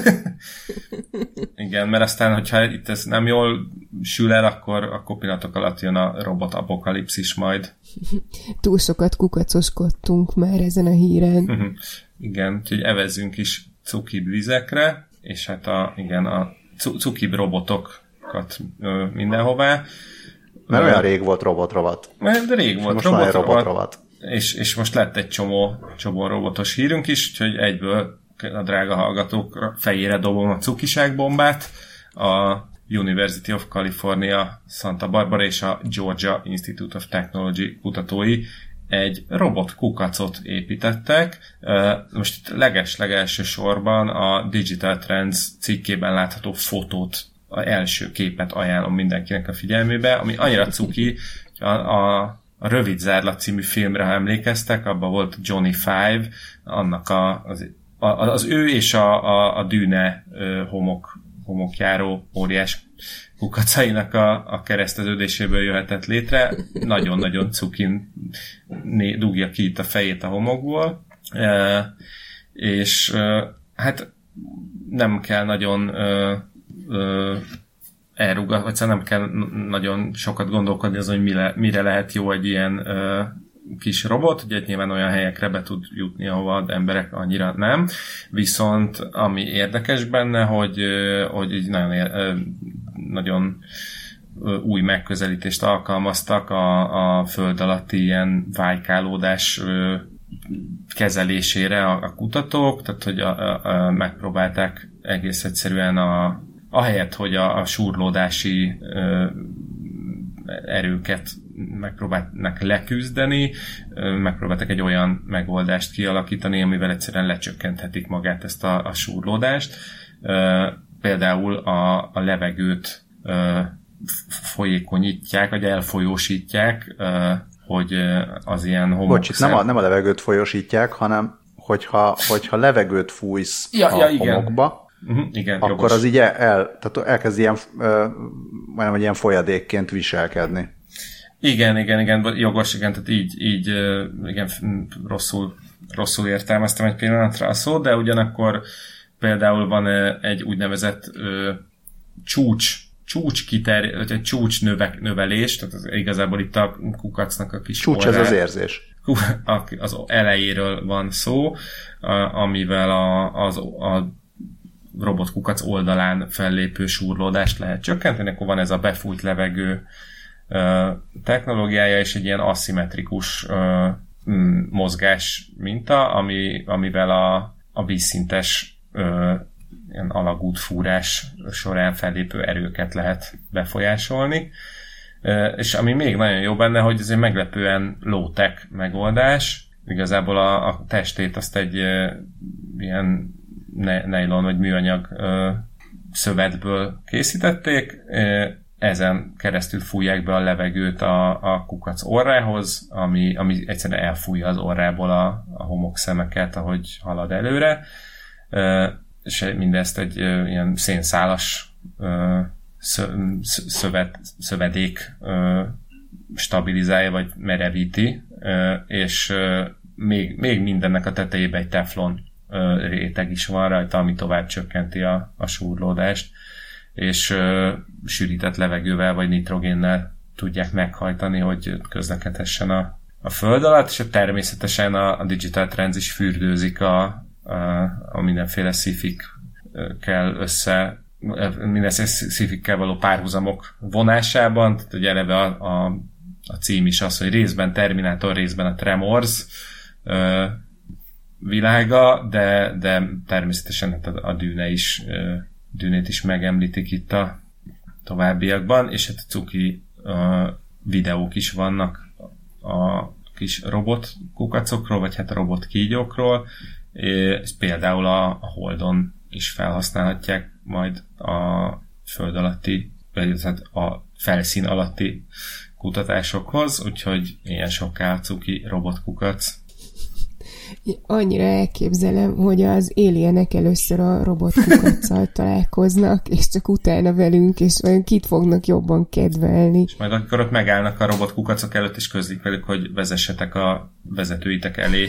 Igen, mert aztán, hogyha itt ez nem jól sül el, akkor pillanatok alatt jön a robot apokalipszis majd. Túl sokat kukacoskodtunk már ezen a híren. Igen, úgyhogy evezzünk is cukibb vizekre, és hát a cukibb robotokat mindenhová. Mert olyan rég volt robotrovat. De rég volt robotrovat. és most lett egy csomó robotos hírünk is, úgyhogy egyből a drága hallgatók fejére dobom a cukiságbombát. A University of California, Santa Barbara és a Georgia Institute of Technology kutatói egy robot kukacot építettek. Most legelső sorban a Digital Trends cikkében látható fotót, az első képet ajánlom mindenkinek a figyelmébe, ami annyira cuki, a Rövid Zárlat című filmre, ha emlékeztek, abban volt Johnny Five, annak az ő és a dűne homokjáró óriás kukacainak a kereszteződéséből jöhetett létre. Nagyon-nagyon cukin dugja ki itt a fejét a homokból. És hát nem kell nagyon vagy nem kell nagyon sokat gondolkodni azon, hogy mire lehet jó egy ilyen kis robot, ugye nyilván olyan helyekre be tud jutni, ahova az emberek annyira nem. Viszont ami érdekes benne, hogy így nagyon új megközelítést alkalmaztak a föld alatti ilyen vájkálódás kezelésére a kutatók, tehát hogy megpróbálták egész egyszerűen ahelyett, hogy a súrlódási erőket megpróbálnak leküzdeni, megpróbáltak egy olyan megoldást kialakítani, amivel egyszerűen lecsökkenthetik magát ezt a súrlódást. Például a levegőt folyékonyítják, vagy elfolyósítják, hogy az ilyen homokszer... Bocs, nem a levegőt folyósítják, hanem hogyha levegőt fújsz homokba, igen, akkor jogos. Az így tehát elkezd ilyen, majdnem ilyen folyadékként viselkedni. Igen, jogos, igen, tehát így igen, rosszul értelmeztem egy pillanatra a szót, de ugyanakkor például van egy úgynevezett csúcs növelés, tehát az, igazából itt a kukacnak a kis csúcs, ez az érzés. Az elejéről van szó, amivel a robotkukac oldalán fellépő súrlódást lehet csökkenteni, akkor van ez a befújt levegő technológiája, és egy ilyen aszimmetrikus mozgás minta, amivel a vízszintes ilyen alagútfúrás során fellépő erőket lehet befolyásolni. És ami még nagyon jó benne, hogy ez egy meglepően low-tech megoldás. Igazából a testét azt egy ilyen nylon vagy műanyag szövetből készítették, ezen keresztül fújják be a levegőt a kukac orrához, ami egyszerűen elfújja az orrából a homokszemeket, ahogy halad előre, és mindezt egy ilyen szénszálas szövedék stabilizálja, vagy merevíti, és még mindennek a tetejében egy teflon réteg is van rajta, ami tovább csökkenti a súrlódást, és sűrített levegővel vagy nitrogénnel tudják meghajtani, hogy közlekedhessen a föld alatt, és természetesen a Digital Trends is fürdőzik a mindenféle sci-fikkel sci-fikkel való párhuzamok vonásában, tehát ugye eleve a cím is az, hogy részben Terminator, részben a Tremors világa, de természetesen a dűnét is megemlítik itt a továbbiakban, és hát cuki videók is vannak a kis robot kukacokról, vagy hát a robot kígyókról, és például a Holdon is felhasználhatják majd a föld alatti, vagy a felszín alatti kutatásokhoz, úgyhogy ilyen sokkal cuki robotkukac. Annyira elképzelem, hogy az alienek először a robotkukaccal találkoznak, és csak utána velünk, és olyan kit fognak jobban kedvelni. És majd akkor ott megállnak a robotkukacok előtt, és közlik velük, hogy vezessetek a vezetőitek elé.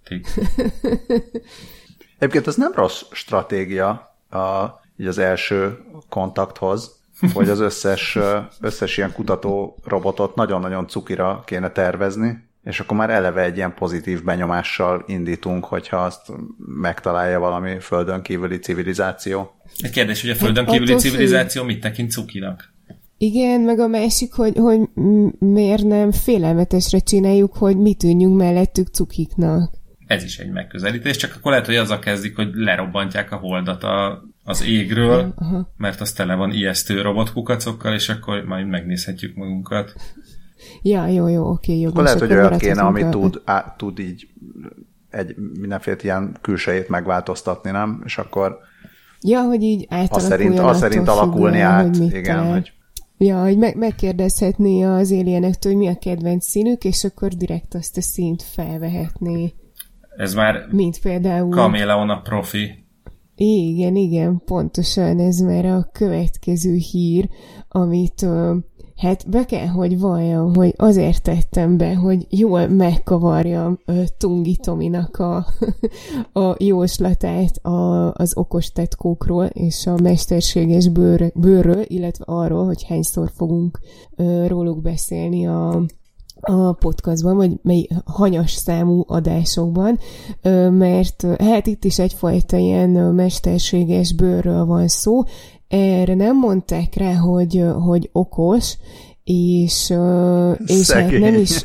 Egyébként ez nem rossz stratégia így az első kontakthoz, hogy az összes ilyen kutató robotot nagyon-nagyon cukira kéne tervezni, és akkor már eleve egy ilyen pozitív benyomással indítunk, hogyha azt megtalálja valami földön kívüli civilizáció. Egy kérdés, hogy a földön kívüli civilizáció mit tekint cukinak? Igen, meg a másik, hogy miért nem félelmetesre csináljuk, hogy mi tűnjünk mellettük cukiknak. Ez is egy megközelítés, csak akkor lehet, hogy azzal kezdik, hogy lerobbantják a holdat az égről, mert az tele van ijesztő robotkukacokkal, és akkor majd megnézhetjük magunkat. Ja, jó, oké, jó. Akkor lehet, hogy olyat kéne, ami tud így egy mindenféle ilyen külsejét megváltoztatni, nem? És akkor ja, hogy így átalakuljon. Azt szerint alakulni át, igen, hogy... Ja, hogy megkérdezhetné az alienektől, hogy mi a kedvenc színük, és akkor direkt azt a színt felvehetné. Ez már mint például... Kameleon a profi. Igen, pontosan ez már a következő hír, amit hát be kell, hogy valljam, hogy azért tettem be, hogy jól megkavarjam Tungi Tominak a jóslatát az okos tetkókról és a mesterséges bőrről, illetve arról, hogy hányszor fogunk róluk beszélni a podcastban, vagy mely hanyas számú adásokban, mert hát itt is egyfajta ilyen mesterséges bőrről van szó. Erre nem mondták rá, hogy okos, és hát nem is...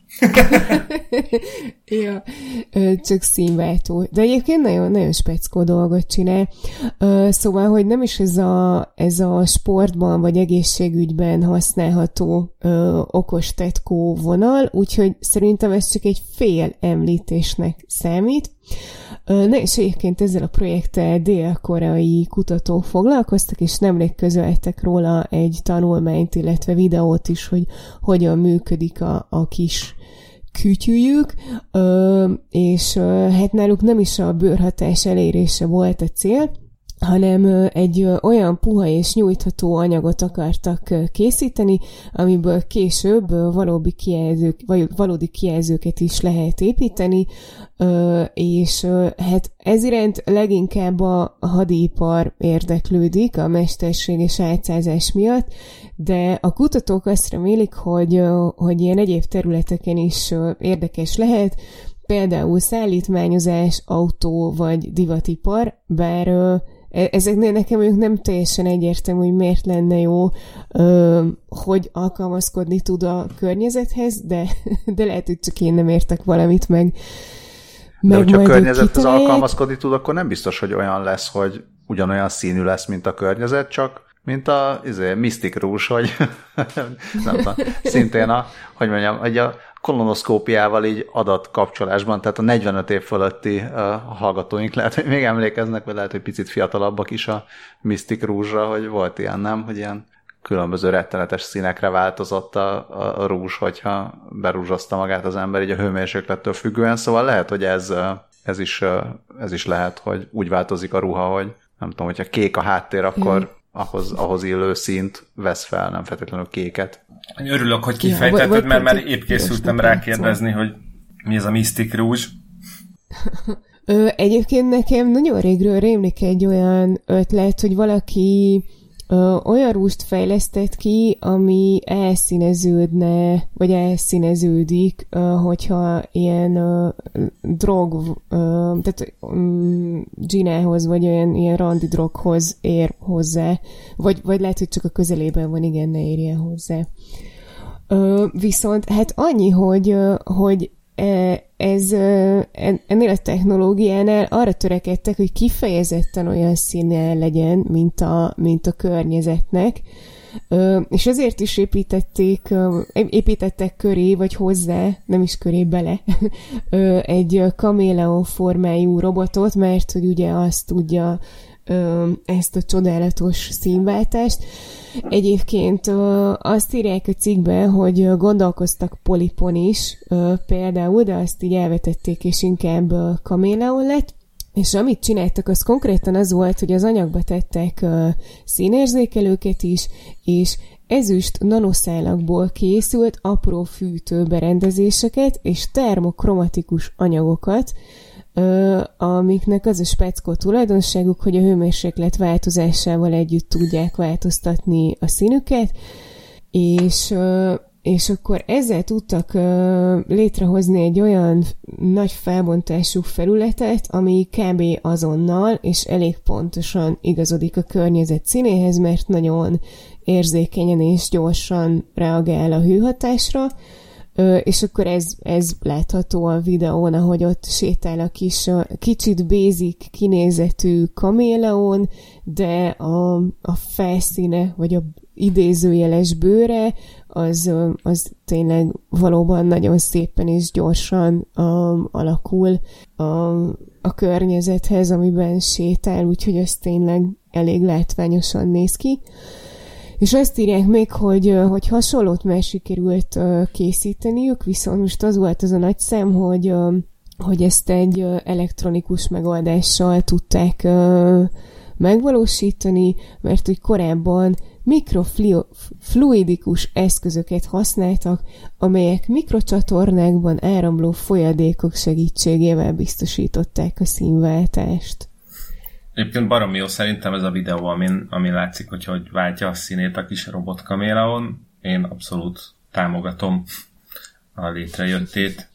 ja, csak színváltó. De egyébként nagyon, nagyon speckó dolgot csinál. Szóval, hogy nem is ez a sportban vagy egészségügyben használható okos tetkó vonal, úgyhogy szerintem ez csak egy fél említésnek számít. Na és egyébként ezzel a projekttel dél-koreai kutatók foglalkoztak, és nemrég közöltek róla egy tanulmányt, illetve videót is, hogy hogyan működik a kis kütyűjük, és hát náluk nem is a bőrhatás elérése volt a cél, hanem egy olyan puha és nyújtható anyagot akartak készíteni, amiből később valódi kijelzőket is lehet építeni, és hát ez iránt leginkább a hadipar érdeklődik a mesterséges álcázás miatt, de a kutatók azt remélik, hogy ilyen egyéb területeken is érdekes lehet, például szállítmányozás, autó vagy divatipar, bár ezeknél nekem ők nem teljesen egyértelmű, hogy miért lenne jó, hogy alkalmazkodni tud a környezethez, de lehet, hogy csak én nem értek valamit meg. De hogyha a környezethez alkalmazkodni tud, akkor nem biztos, hogy olyan lesz, hogy ugyanolyan színű lesz, mint a környezet, csak mint a Mystic Rouge, hogy nem tudom, szintén a kolonoszkópiával így adatkapcsolásban, tehát a 45 év fölötti hallgatóink lehet, hogy még emlékeznek, vagy lehet, hogy picit fiatalabbak is a Mystic Rouge-ra, hogy volt ilyen, nem? Hogy ilyen különböző rettenetes színekre változott a rúzs, hogyha berúzsozta magát az ember így a hőmérséklettől függően, szóval lehet, hogy ez is lehet, hogy úgy változik a ruha, hogy nem tudom, hogyha kék a háttér, akkor ahhoz illő színt vesz fel, nem feltétlenül kéket. Örülök, hogy kifejtetted, mert már épp készültem rákérdezni, hogy mi ez a Mystic Rouge. Egyébként nekem nagyon régről rémlik egy olyan ötlet, hogy valaki olyan rúst fejlesztett ki, ami elszíneződne, vagy elszíneződik, hogyha ilyen drog, tehát ginához, vagy ilyen randi droghoz ér hozzá, vagy lehet, hogy csak a közelében van, igen, ne érjen hozzá. Viszont hát annyi, hogy ennél a technológiánál arra törekedtek, hogy kifejezetten olyan színe legyen, mint a környezetnek, és ezért is építettek köré, vagy hozzá, nem is köré, bele, egy kameleon formájú robotot, mert hogy ugye azt tudja ezt a csodálatos színváltást. Egyébként azt írják a cikkben, hogy gondolkoztak polipon is például, de azt így elvetették, és inkább kaméleon lett, és amit csináltak, az konkrétan az volt, hogy az anyagba tettek színérzékelőket is, és ezüst nanoszálakból készült apró fűtőberendezéseket és termokromatikus anyagokat, amiknek az a speckó tulajdonságuk, hogy a hőmérséklet változásával együtt tudják változtatni a színüket, és és akkor ezzel tudtak létrehozni egy olyan nagy felbontású felületet, ami kb. Azonnal és elég pontosan igazodik a környezet színéhez, mert nagyon érzékenyen és gyorsan reagál a hőhatásra, és akkor ez látható a videón, ahogy ott sétál a kicsit basic kinézetű kaméleon, de a felszíne, vagy a idézőjeles bőre, az tényleg valóban nagyon szépen és gyorsan alakul a környezethez, amiben sétál, úgyhogy ez tényleg elég látványosan néz ki. És azt írják még, hogy hasonlót már sikerült készíteniük, viszont most az volt az a nagy szám, hogy ezt egy elektronikus megoldással tudták megvalósítani, mert hogy korábban mikrofluidikus eszközöket használtak, amelyek mikrocsatornákban áramló folyadékok segítségével biztosították a színváltást. Egyébként baromi jó szerintem ez a videó, amin látszik, hogy váltja a színét a kis robotkaméleon. Én abszolút támogatom a létrejöttét.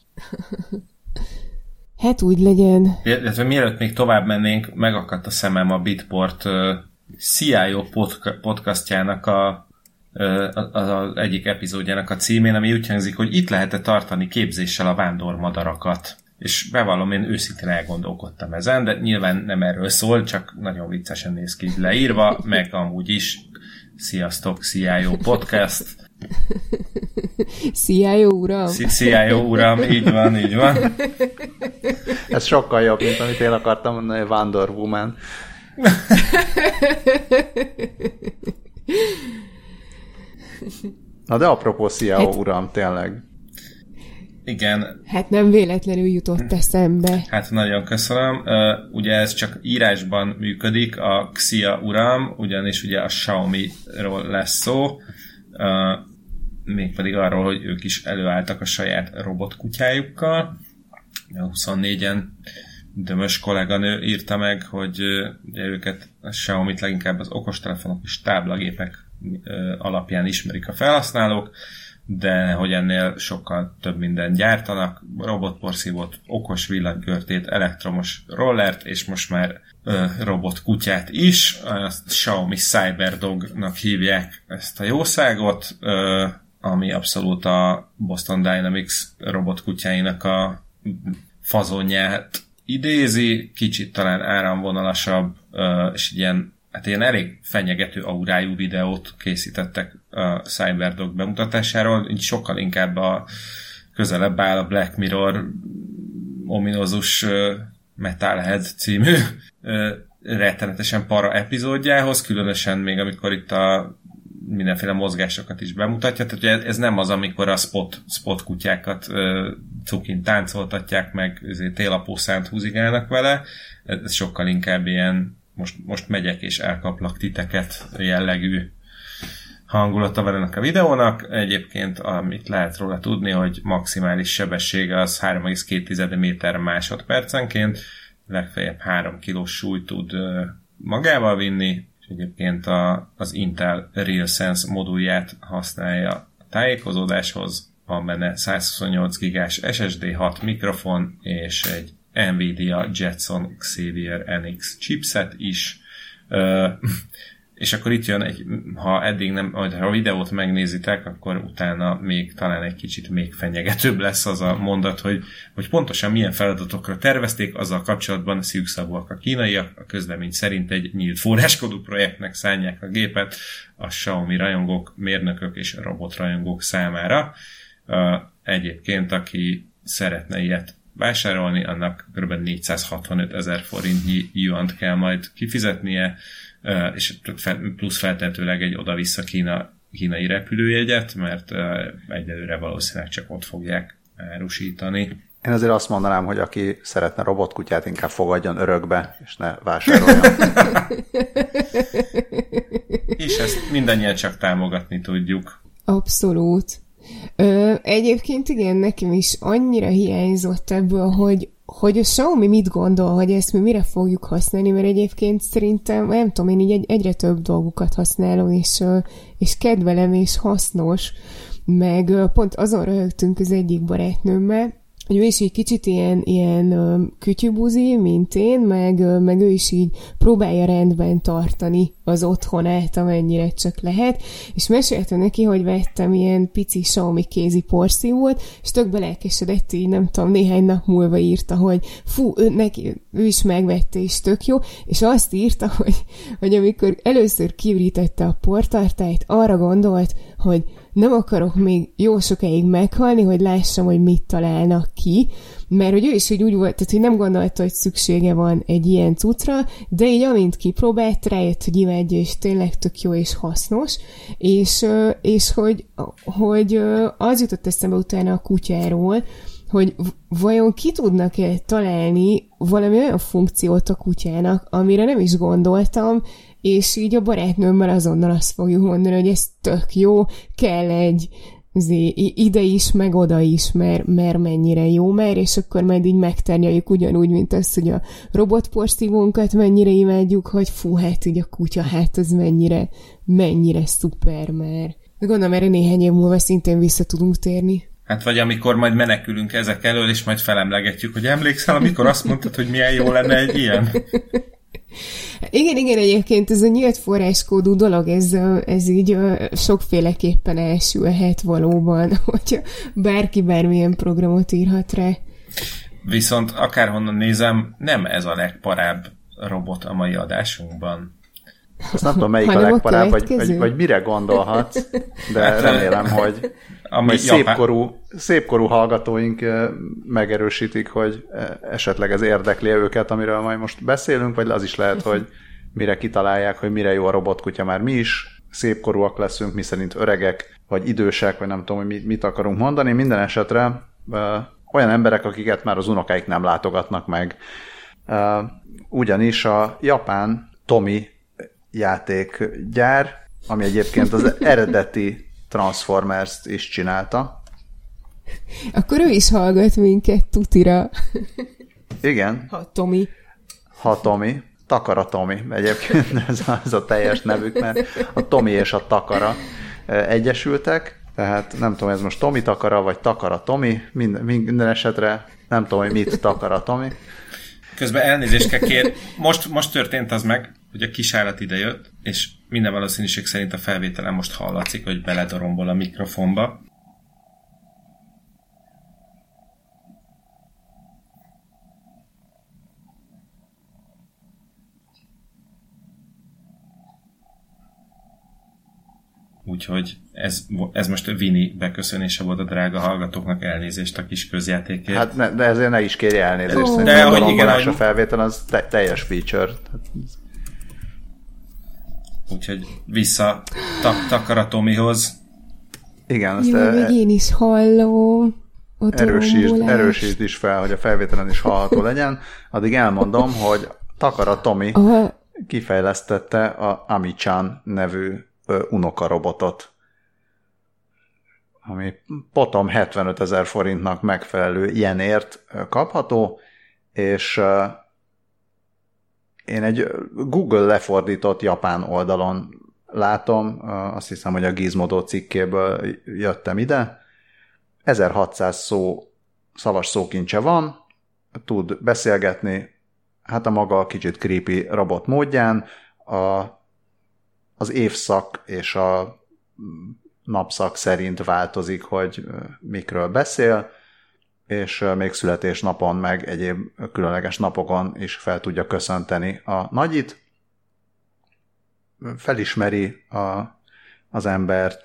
Hát úgy legyen. Illetve mielőtt még tovább mennénk, megakadt a szemem a Bitport CIO podcastjának az egyik epizódjának a címén, ami úgy hangzik, hogy itt lehet tartani képzéssel a vándormadarakat. És bevallom, én őszintén elgondolkodtam ezen, de nyilván nem erről szól, csak nagyon viccesen néz ki leírva, meg amúgy is. Sziasztok, CIO Podcast. CIO uram. CIO uram, így van. Ez sokkal jobb, mint amit én akartam mondani, Wonder Woman. Na de apropó CIO uram, tényleg. Igen. Hát nem véletlenül jutott eszembe. Hát nagyon köszönöm. Ugye ez csak írásban működik, a Xia uram, ugyanis ugye a Xiaomi-ról lesz szó, mégpedig arról, hogy ők is előálltak a saját robotkutyájukkal. 24-en dömös kolléganő írta meg, hogy ugye őket, a Xiaomi-t leginkább az okostelefonok és táblagépek alapján ismerik a felhasználók, de hogy ennél sokkal több mindent gyártanak, robotporszívót, okos villanykörtét, elektromos rollert, és most már robotkutyát is. A Xiaomi Cyberdog-nak hívják ezt a jószágot, ami abszolút a Boston Dynamics robotkutyáinak a fazonját idézi, kicsit talán áramvonalasabb, és ilyen elég fenyegető aurájú videót készítettek a Cyberdog bemutatásáról, így sokkal inkább közelebb áll a Black Mirror ominózus Metalhead című rettenetesen para epizódjához, különösen még amikor itt a mindenféle mozgásokat is bemutatja, tehát ugye ez nem az, amikor a spot kutyákat cukin táncoltatják, meg télapószánt húzigálnak vele, ez sokkal inkább ilyen most megyek és elkaplak titeket jellegű hangulata van ennek a videónak. Egyébként, amit lehet róla tudni, hogy maximális sebessége az 3,2 méter másodpercenként, legfeljebb 3 kilós súlyt tud magával vinni, és egyébként az Intel RealSense modulját használja a tájékozódáshoz. Van benne 128 gigás SSD, 6 mikrofon és egy Nvidia Jetson Xavier NX chipset is. És akkor itt jön ha eddig nem, ha a videót megnézitek, akkor utána még talán egy kicsit még fenyegetőbb lesz az a mondat, hogy pontosan milyen feladatokra tervezték, azzal kapcsolatban szűkszavúak a kínaiak, a közlemény szerint egy nyílt forráskodó projektnek szánják a gépet a Xiaomi rajongók, mérnökök és robotrajongók számára. Egyébként, aki szeretne ilyet vásárolni, annak kb. 465 000 forintnyi yuant kell majd kifizetnie, és plusz feltehetőleg egy oda-vissza kínai repülőjegyet, mert egyelőre valószínűleg csak ott fogják árusítani. Én azért azt mondanám, hogy aki szeretne robotkutyát, inkább fogadjon örökbe, és ne vásároljon. És ezt mindannyian csak támogatni tudjuk. Abszolút. Egyébként igen, nekem is annyira hiányzott ebből, hogy a Xiaomi mit gondol, hogy ezt mi mire fogjuk használni, mert egyébként szerintem, nem tudom, én így egyre több dolgukat használom, és kedvelem, és hasznos, meg pont azon röhögtünk az egyik barátnőmmel, hogy ő is így kicsit ilyen kütyübuzi, mint én, meg ő is így próbálja rendben tartani az otthonát, amennyire csak lehet, és meséltem neki, hogy vettem ilyen pici Xiaomi kézi porszívót, és tök belelkesedett, így nem tudom, néhány nap múlva írta, hogy ő is megvette, és tök jó, és azt írta, hogy amikor először kiürítette a portartályt, arra gondolt, hogy nem akarok még jó sokáig meghalni, hogy lássam, hogy mit találnak ki, mert hogy ő is úgy volt, tehát hogy nem gondolta, hogy szüksége van egy ilyen cuccra, de így amint kipróbált, rájött, hogy imádja, és tényleg tök jó és hasznos, és hogy az jutott eszembe utána a kutyáról, hogy vajon ki tudnak-e találni valami olyan funkciót a kutyának, amire nem is gondoltam, és így a barátnőmmel azonnal azt fogjuk mondani, hogy ez tök jó, kell egy ide is, meg oda is, mert mennyire jó már, és akkor majd így megtárgyaljuk ugyanúgy, mint azt, hogy a robotporszívónkat mennyire imádjuk, hogy fú, hát így a kutya, hát ez mennyire szuper már. De gondolom, erre néhány év múlva szintén vissza tudunk térni. Hát vagy amikor majd menekülünk ezek elől, és majd felemlegetjük, hogy emlékszel, amikor azt mondtad, hogy milyen jó lenne egy ilyen? Igen, egyébként ez a nyílt forráskódú dolog, ez így sokféleképpen elsülhet valóban, hogyha bárki bármilyen programot írhat rá. Viszont akárhonnan nézem, nem ez a legparább robot a mai adásunkban. Azt nem tudom, melyik a legparább, vagy mire gondolhatsz, de remélem, hogy szépkorú hallgatóink megerősítik, hogy esetleg ez érdekli őket, amiről majd most beszélünk, vagy az is lehet, hogy mire kitalálják, hogy mire jó a robotkutya, már mi is szépkorúak leszünk, mi szerint öregek, vagy idősek, vagy nem tudom, hogy mit akarunk mondani. Minden esetre olyan emberek, akiket már az unokáik nem látogatnak meg. Ugyanis a japán Tomy játékgyár, ami egyébként az eredeti Transformers-t is csinálta. Akkor ő is hallgat minket tutira. Igen. Ha Tomy. Takara Tomy. Egyébként ez a teljes nevük, mert a Tomy és a Takara egyesültek, tehát nem tudom, ez most Tomy Takara, vagy Takara Tomy, minden esetre nem tudom, hogy mit Takara Tomy. Közben elnézést kell kér. Most történt az meg, hogy a kisállat idejött, és minden valószínűség szerint a felvételen most hallatszik, hogy beledorombol a mikrofonba. Úgyhogy ez most a Vini beköszönése volt a drága hallgatóknak, elnézést a kis közjátékért. Hát de ezért ne is kérj elnézést. De hogy igen, a felvétel az teljes feature. Úgyhogy vissza Takara Tomihoz. Igen, azt még én is hallom. Erősítsd is fel, hogy a felvételen is hallható legyen. Addig elmondom, hogy Takara Tomy kifejlesztette a Ami-chan nevű unokarobotot, ami potom 75 000 forintnak megfelelő ilyenért kapható, és én egy Google lefordított japán oldalon látom, azt hiszem, hogy a Gizmodo cikkéből jöttem ide, 1600 szavas szókincse van, tud beszélgetni, hát a maga kicsit creepy robot módján, az évszak és a napszak szerint változik, hogy mikről beszél, és még születésnapon, meg egyéb különleges napokon is fel tudja köszönteni a nagyit. Felismeri az embert,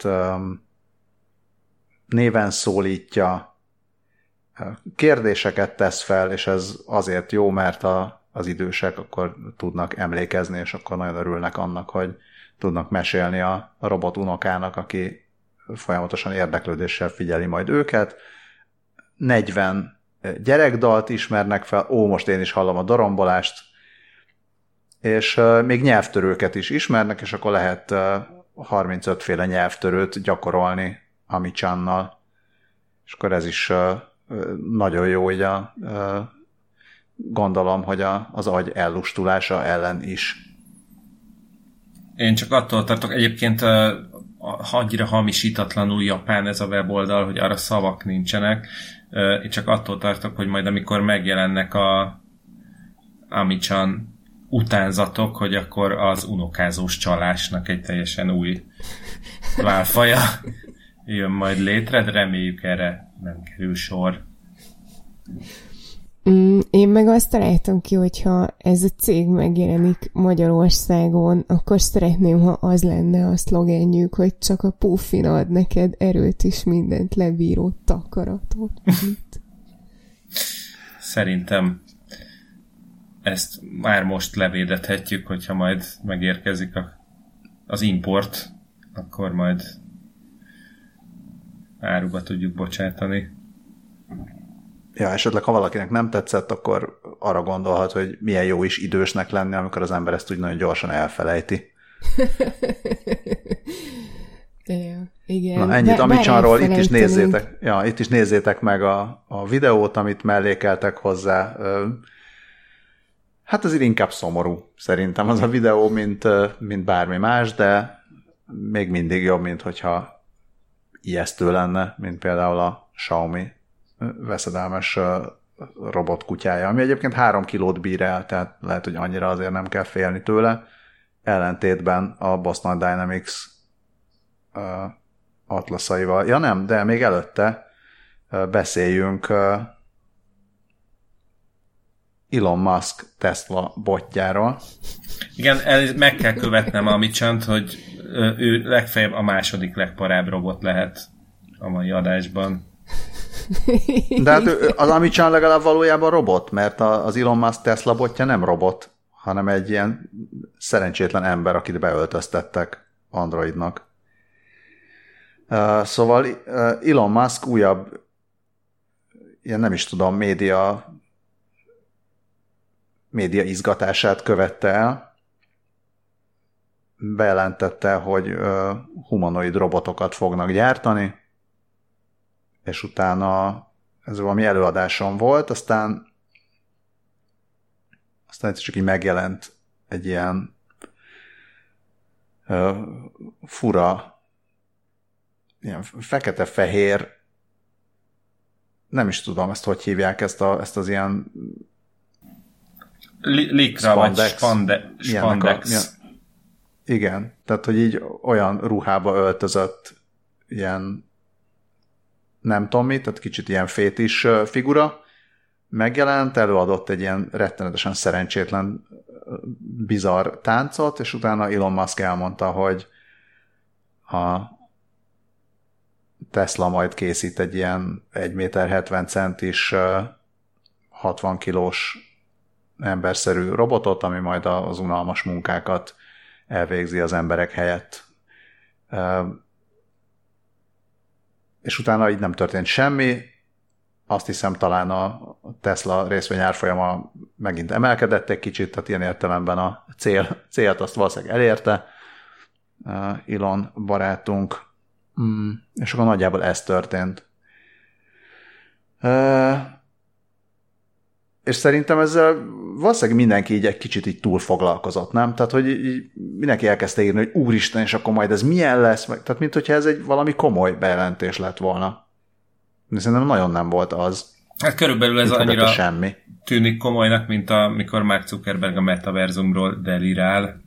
néven szólítja, kérdéseket tesz fel, és ez azért jó, mert az idősek akkor tudnak emlékezni, és akkor nagyon örülnek annak, hogy tudnak mesélni a robot unokának, aki folyamatosan érdeklődéssel figyeli majd őket. 40 gyerekdalt ismernek fel, most én is hallom a dorombolást, és még nyelvtörőket is ismernek, és akkor lehet 35 féle nyelvtörőt gyakorolni Ami-channal. És akkor ez is nagyon jó, így gondolom, hogy az agy ellustulása ellen is. Én csak attól tartok, egyébként annyira hamisítatlanul japán ez a weboldal, hogy arra szavak nincsenek. Én csak attól tartok, hogy majd amikor megjelennek a Ami-chan utánzatok, hogy akkor az unokázós csalásnak egy teljesen új válfaja jön majd létre, de reméljük erre nem kerül sor. Én meg azt találtam ki, hogyha ez a cég megjelenik Magyarországon, akkor szeretném, ha az lenne a szlogenjük, hogy csak a Puffin ad neked erőt és mindent lebíró takaratot. Szerintem ezt már most levédethetjük, hogyha majd megérkezik az import, akkor majd áruba tudjuk bocsátani. Ja, esetleg ha valakinek nem tetszett, akkor arra gondolhat, hogy milyen jó is idősnek lenni, amikor az ember ezt úgy nagyon gyorsan elfelejti. Igen. Na, ennyit Ami-chanról, itt is nézzétek, itt is nézzétek meg a videót, amit mellékeltek hozzá. Hát azért inkább szomorú szerintem az a videó, mint bármi más, de még mindig jobb, mint hogyha ijesztő lenne, mint például a Xiaomi veszedelmes robotkutyája, ami egyébként 3 kilót bír el, tehát lehet, hogy annyira azért nem kell félni tőle, ellentétben a Boston Dynamics atlaszaival. Ja nem, de még előtte beszéljünk Elon Musk Tesla botjáról. Igen, meg kell követnem Ami-chant, hogy ő legfeljebb a második legparább robot lehet a mai adásban. De hát az Ami-chan legalább valójában robot, mert az Elon Musk Tesla botja nem robot, hanem egy ilyen szerencsétlen ember, akit beöltöztettek Androidnak. Szóval Elon Musk újabb, ilyen nem is tudom, média izgatását követte el. Bejelentette, hogy humanoid robotokat fognak gyártani, és utána ez valami előadáson volt, aztán csak így megjelent egy ilyen fura, ilyen fekete-fehér, nem is tudom ezt, hogy hívják ezt az ilyen likra vagy spandex. Igen, tehát hogy így olyan ruhába öltözött ilyen nem tudom mit, tehát kicsit ilyen fétis figura, megjelent, előadott egy ilyen rettenetesen szerencsétlen, bizarr táncot, és utána Elon Musk elmondta, hogy a Tesla majd készít egy ilyen 1,70 méter is 60 kilós emberszerű robotot, ami majd az unalmas munkákat elvégzi az emberek helyett. És utána így nem történt semmi. Azt hiszem, talán a Tesla részvény árfolyama megint emelkedett egy kicsit, tehát ilyen értelemben a célt azt valószínűleg elérte Elon barátunk. És akkor nagyjából ez történt. És szerintem ezzel valószínűleg mindenki így egy kicsit így túl foglalkozott, nem? Tehát, hogy így mindenki elkezdte írni, hogy úristen, és akkor majd ez milyen lesz? Tehát, mint hogyha ez egy valami komoly bejelentés lett volna. De szerintem nagyon nem volt az. Hát körülbelül ez annyira semmi. Tűnik komolynak, mint amikor Mark Zuckerberg a metaverzumról delirál.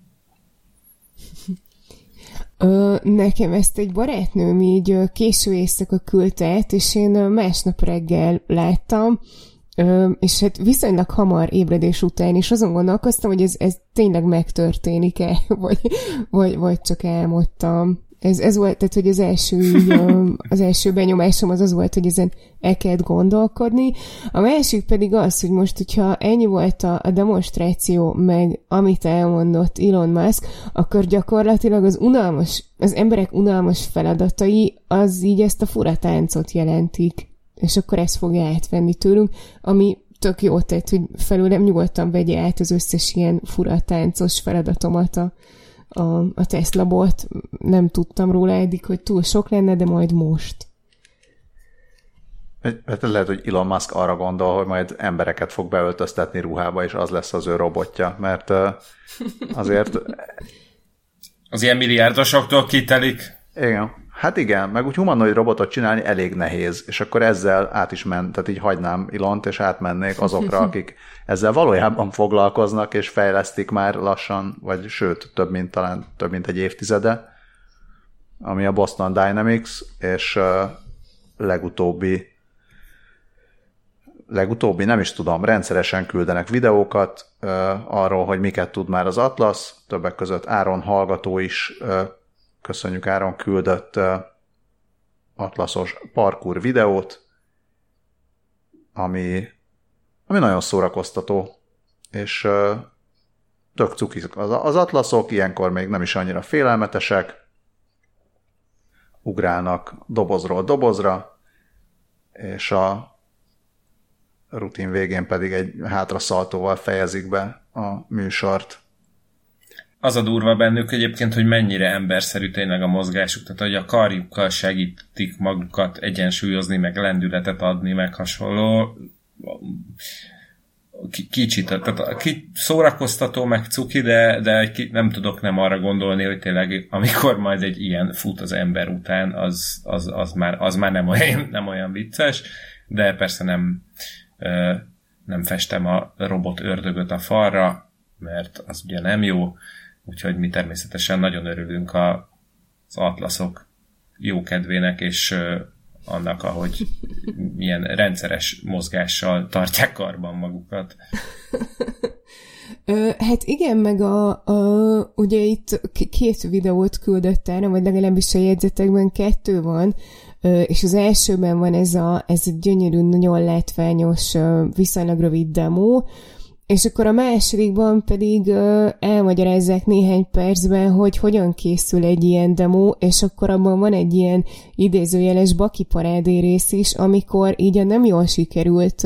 Nekem ezt egy barátnőm így késő éjszaka küldte át, és én másnap reggel láttam, és hát viszonylag hamar ébredés után, és azon gondolkoztam, hogy ez tényleg megtörténik-e, vagy csak álmodtam. Ez volt, tehát, hogy az első benyomásom az volt, hogy ezen el kellett gondolkodni. A másik pedig az, hogy most, hogyha ennyi volt a demonstráció, meg amit elmondott Elon Musk, akkor gyakorlatilag az emberek unalmas feladatai, az így ezt a fura táncot jelentik. És akkor ezt fogja átvenni tőlünk, ami tök jó, tehát, hogy felőlem nyugodtan vegye át az összes ilyen fura táncos feladatomat a Tesla bot. Nem tudtam róla eddig, hogy túl sok lenne, de majd most. Lehet, hogy Elon Musk arra gondol, hogy majd embereket fog beöltöztetni ruhába, és az lesz az ő robotja, mert azért... Az ilyen milliárdosoktól kitelik. Igen. Hát igen, meg úgy humanoid robotot csinálni elég nehéz, és akkor ezzel át is ment, tehát így hagynám Ilont, és átmennék azokra, akik ezzel valójában foglalkoznak, és fejlesztik már lassan, vagy sőt, több mint egy évtizede, ami a Boston Dynamics, és legutóbbi, nem is tudom, rendszeresen küldenek videókat arról, hogy miket tud már az Atlas, többek között Áron hallgató is, köszönjük Áron, küldött atlaszos parkour videót, ami nagyon szórakoztató, és tök cukik az atlaszok, ilyenkor még nem is annyira félelmetesek, ugrálnak dobozról dobozra, és a rutin végén pedig egy hátraszaltóval fejezik be a műsort. Az a durva bennük egyébként, hogy mennyire emberszerű tényleg a mozgásuk, tehát hogy a karjukkal segítik magukat egyensúlyozni, meg lendületet adni, meg hasonló. Kicsit, tehát szórakoztató, meg cuki, de nem tudok nem arra gondolni, hogy tényleg amikor majd egy ilyen fut az ember után, az már nem olyan vicces, de persze nem festem a robot ördögöt a falra, mert az ugye nem jó, úgyhogy mi természetesen nagyon örülünk az atlaszok jókedvének, és annak, ahogy milyen rendszeres mozgással tartják karban magukat. Hát igen, meg ugye itt 2 videót küldött el, vagy legalábbis a jegyzetekben 2 van, és az elsőben van ez a gyönyörű, nagyon látványos, viszonylag rövid demo, és akkor a másodikban pedig elmagyarázzák néhány percben, hogy hogyan készül egy ilyen demo, és akkor abban van egy ilyen idézőjeles bakiparádé rész is, amikor így a nem jól sikerült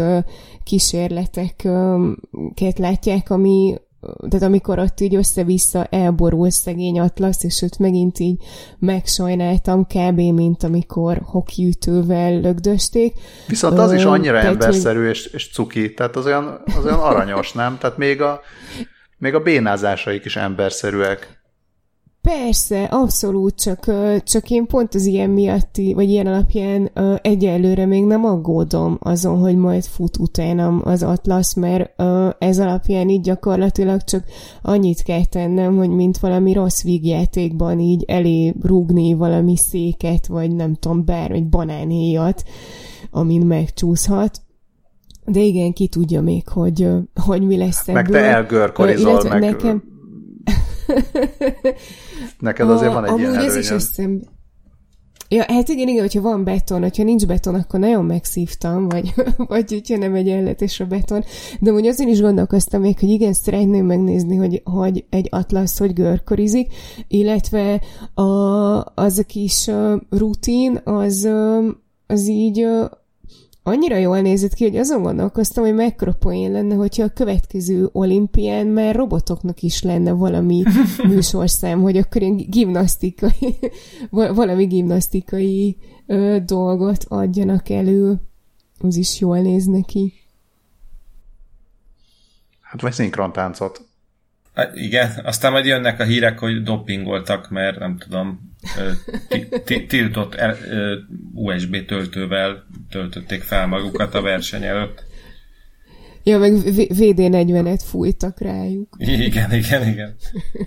kísérleteket látják, tehát amikor ott így össze-vissza elborul szegény Atlasz, és ott megint így megsajnáltam kb. Mint amikor hokiütővel lögdösték. Viszont az is annyira emberszerű és cuki, tehát az olyan aranyos, nem? Tehát még a bénázásaik is emberszerűek. Persze, abszolút, csak én pont az ilyen miatti, vagy ilyen alapján egyelőre még nem aggódom azon, hogy majd fut utánam az Atlasz, mert ez alapján így gyakorlatilag csak annyit kell tennem, hogy mint valami rossz vígjátékban így elé rúgni valami széket, vagy nem tudom, egy banánhéjat, amin megcsúszhat. De igen, ki tudja még, hogy mi lesz ebből. Meg te elgörkorizol, meg... Nekem... Neked azért van egy ilyen előnyöm. Ja, hát igen, hogyha van beton, hogyha nincs beton, akkor nagyon megszívtam, vagy hogyha nem egyenletes a beton. De úgy azért is gondolkoztam még, hogy igen, szeretném megnézni, hogy egy Atlasz hogy görkorizik, illetve az a kis rutin, az így... annyira jól nézett ki, hogy azon gondolkoztam, hogy mekkora poén lenne, hogyha a következő olimpián már robotoknak is lenne valami műsorszám, hogy akkor ilyen valami gimnasztikai dolgot adjanak elő. Az is jól néz neki. Hát vagy szinkrontáncot. Igen, aztán majd jönnek a hírek, hogy dopingoltak, mert nem tudom, tiltott USB töltővel töltötték fel magukat a verseny előtt. Ja, meg VD40-et fújtak rájuk. Igen.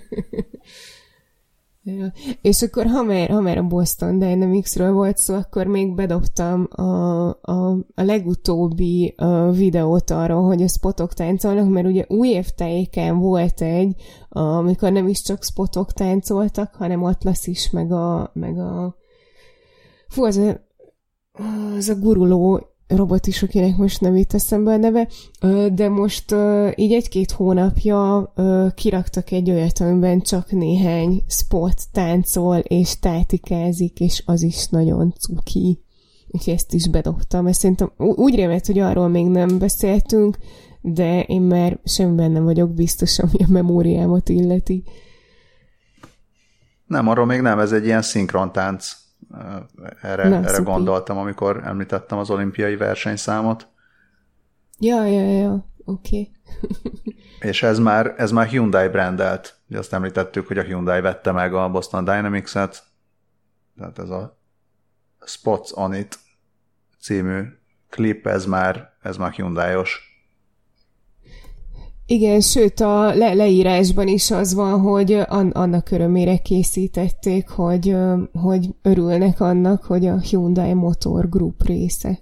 Ja. És akkor, ha már a Boston Dynamics-ről volt szó, akkor még bedobtam a legutóbbi videót arról, hogy a spotok táncolnak, mert ugye új évtájéken volt amikor nem is csak spotok táncoltak, hanem Atlasz is, meg a fú, az a guruló robot is, akinek most nem jut eszembe a neve, de most így 1-2 hónapja kiraktak egy olyat, amiben csak néhány spot táncol és tátikázik, és az is nagyon cuki. Úgyhogy ezt is bedobtam. Ezt szerintem úgy rémelt, hogy arról még nem beszéltünk, de én már semmiben nem vagyok biztos, ami a memóriámat illeti. Nem, arról még nem, ez egy ilyen szinkrontánc. Erre gondoltam, amikor említettem az olimpiai versenyszámot. Ja, oké. És ez már Hyundai brandelt. Azt említettük, hogy a Hyundai vette meg a Boston Dynamics-et, Tehát ez a Spots on It című klip, ez már Hyundai-os. Igen, sőt a leírásban is az van, hogy annak örömére készítették, hogy örülnek annak, hogy a Hyundai Motor Group része.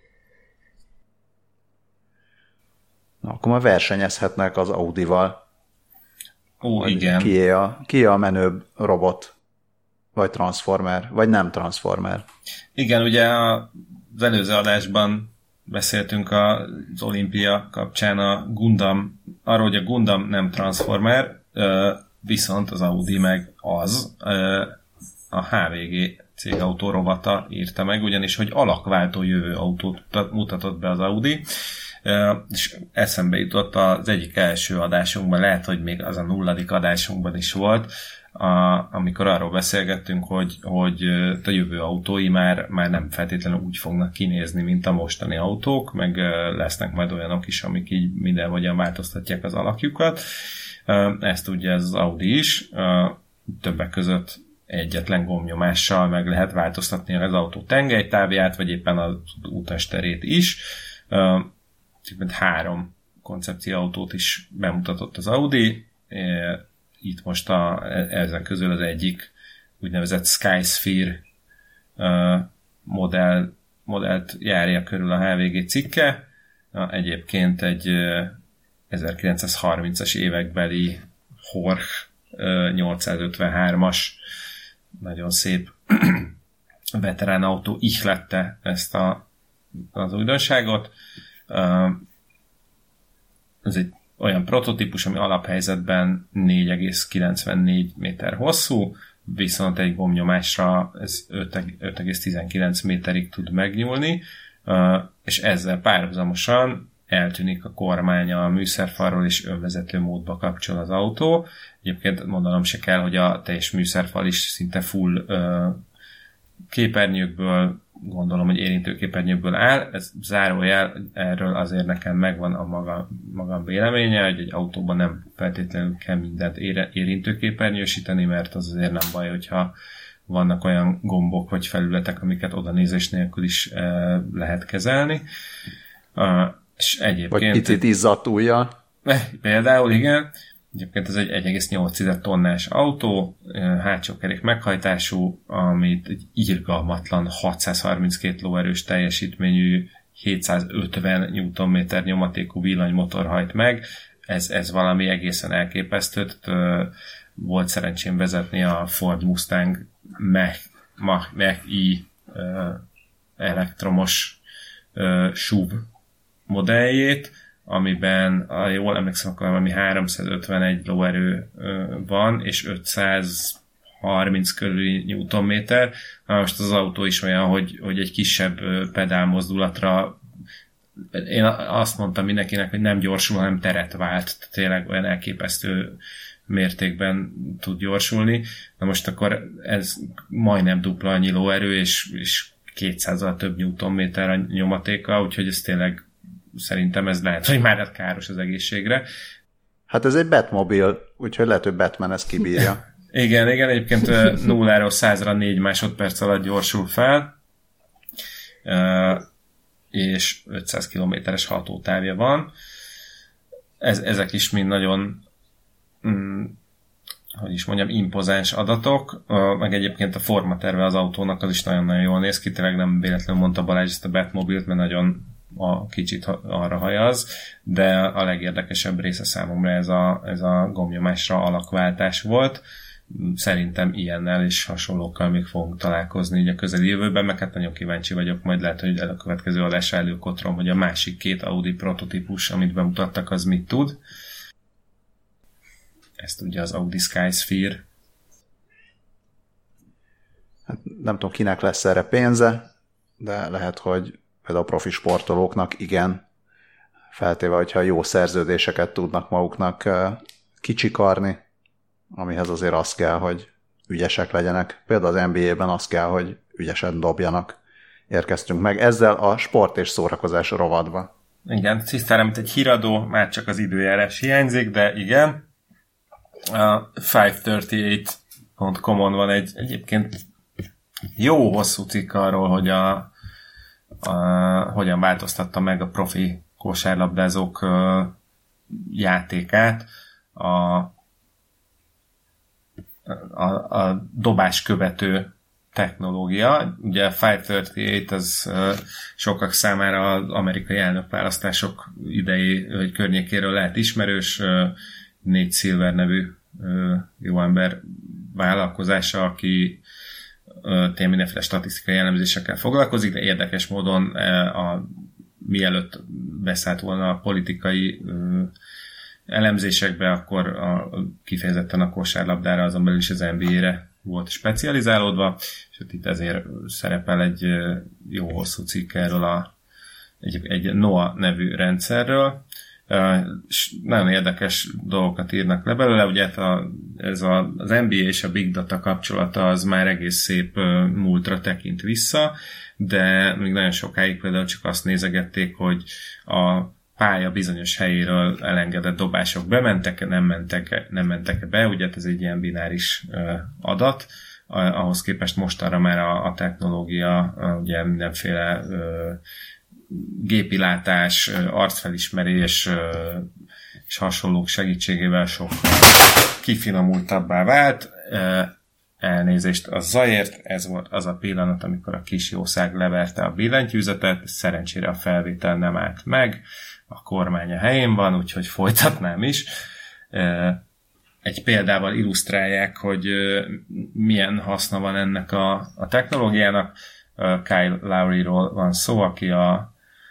Na, akkor már versenyezhetnek az Audival. Ó, igen. Ki a menőbb robot? Vagy Transformer? Vagy nem Transformer? Igen, ugye az előző adásban beszéltünk az olimpia kapcsán arról, hogy a Gundam nem Transformer, viszont az Audi meg az. A HVG cégautó rovata írta meg, ugyanis, hogy alakváltó jövő autót mutatott be az Audi, és eszembe jutott az egyik első adásunkban, lehet, hogy még az a 0. adásunkban is volt, amikor arról beszélgettünk, hogy a jövő autói már nem feltétlenül úgy fognak kinézni, mint a mostani autók, meg lesznek majd olyanok is, amik így mindenhogyan változtatják az alakjukat. Ezt tudja ez az Audi is. Többek között egyetlen gombnyomással meg lehet változtatni az autó tengelytávját, vagy éppen az utasterét is. 3 koncepcióautót is bemutatott az Audi. Itt most ezek közül az egyik úgynevezett Skysphere modellt járja körül a HVG cikke. Egyébként egy 1930-as évekbeli Horch 853-as nagyon szép veterán autó ihlette ezt az újdonságot. Ez egy olyan prototípus, ami alaphelyzetben 4,94 méter hosszú, viszont egy gombnyomásra ez 5,19 méterig tud megnyúlni, és ezzel párhuzamosan eltűnik a kormánya a műszerfalról, és önvezető módba kapcsol az autó. Egyébként mondanom se kell, hogy a teljes műszerfal is szinte full képernyőkből, gondolom, hogy érintőképernyőkből áll. Ez zárójel, erről azért nekem megvan a magam véleménye, hogy egy autóban nem feltétlenül kell mindent érintőképernyősíteni, mert az azért nem baj, hogyha vannak olyan gombok vagy felületek, amiket odanézés nélkül is lehet kezelni. És egyébként... Vagy picit izzadt ujjal. Például, igen. Egyébként ez egy 1,8 tonnás autó, hátsó kerék meghajtású, amit egy irgalmatlan 632 lóerős teljesítményű 750 Nm nyomatékú villanymotor hajt meg. Ez valami egészen elképesztő. Volt szerencsém vezetni a Ford Mustang Mach-E elektromos SUV modelljét, amiben, jól emlékszem, akkor valami 351 lóerő van, és 530 körüli newtonméter. Most az autó is olyan, hogy egy kisebb pedálmozdulatra én azt mondtam mindenkinek, hogy nem gyorsul, hanem teret vált. Tényleg olyan elképesztő mértékben tud gyorsulni. Na most akkor ez majdnem dupla annyi lóerő, és 200-al több newtonméter a nyomatéka, úgyhogy ez tényleg szerintem ez lehet, hogy már káros az egészségre. Hát ez egy Batmobil, úgyhogy lehet, hogy Batman ezt kibírja. Igen, egyébként 0-ról 100-ra 4 másodperc alatt gyorsul fel, és 500 kilométeres hatótávja van. Ezek is mind nagyon impozáns adatok, meg egyébként a formaterve az autónak az is nagyon-nagyon jól néz ki, tényleg nem véletlenül mondta Balázs ezt a Batmobilt, mert nagyon kicsit arra hajaz, de a legérdekesebb része számomra ez a gombnyomásra alakváltás volt. Szerintem ilyennel és hasonlókkal még fogunk találkozni így a közeli jövőben, meg hát nagyon kíváncsi vagyok, majd lehet, hogy a következő adásra előkotrom, hogy a másik 2 Audi prototípus, amit bemutattak, az mit tud. Ez tudja az Audi Skysphere. Hát nem tudom, kinek lesz erre pénze, de lehet, hogy például a profi sportolóknak igen, feltéve, hogyha jó szerződéseket tudnak maguknak kicsikarni, amihez azért az kell, hogy ügyesek legyenek. Például az NBA-ben az kell, hogy ügyesen dobjanak. Érkeztünk meg ezzel a sport és szórakozás rovatba. Igen, tisztára, mint egy híradó, már csak az időjárás hiányzik, de igen. A 538.com-on van egyébként jó hosszú cikk arról, hogy hogyan változtatta meg a profi kosárlabdázók játékát a dobás követő technológia. Ugye a 538 az sokak számára az amerikai elnökválasztások idei vagy környékéről lehet ismerős, Nate Silver nevű jó ember vállalkozása, aki tényleg mindenféle statisztikai elemzésekkel foglalkozik, de érdekes módon mielőtt beszállt volna a politikai elemzésekbe, akkor kifejezetten a kosárlabdára, azon belül is az NBA-re volt specializálódva, és itt ezért szerepel egy jó hosszú cikk erről egy NOAA nevű rendszerről. És nagyon érdekes dolgokat írnak le belőle, ugye az NBA és a Big Data kapcsolata az már egész szép múltra tekint vissza, de még nagyon sokáig például csak azt nézegették, hogy a pálya bizonyos helyéről elengedett dobások bementek, nem mentek be, ugye ez egy ilyen bináris adat, ahhoz képest mostanra már a technológia ugye mindenféle gépilátás, arcfelismerés és hasonlók segítségével sokkal kifinomultabbá vált. Elnézést a zajért, ez volt az a pillanat, amikor a kis jószág leverte a billentyűzetet, szerencsére a felvétel nem állt meg, a kormány a helyén van, úgyhogy folytatnám is. Egy példával illusztrálják, hogy milyen haszna van ennek a technológiának. Kyle Lowryról van szó, aki a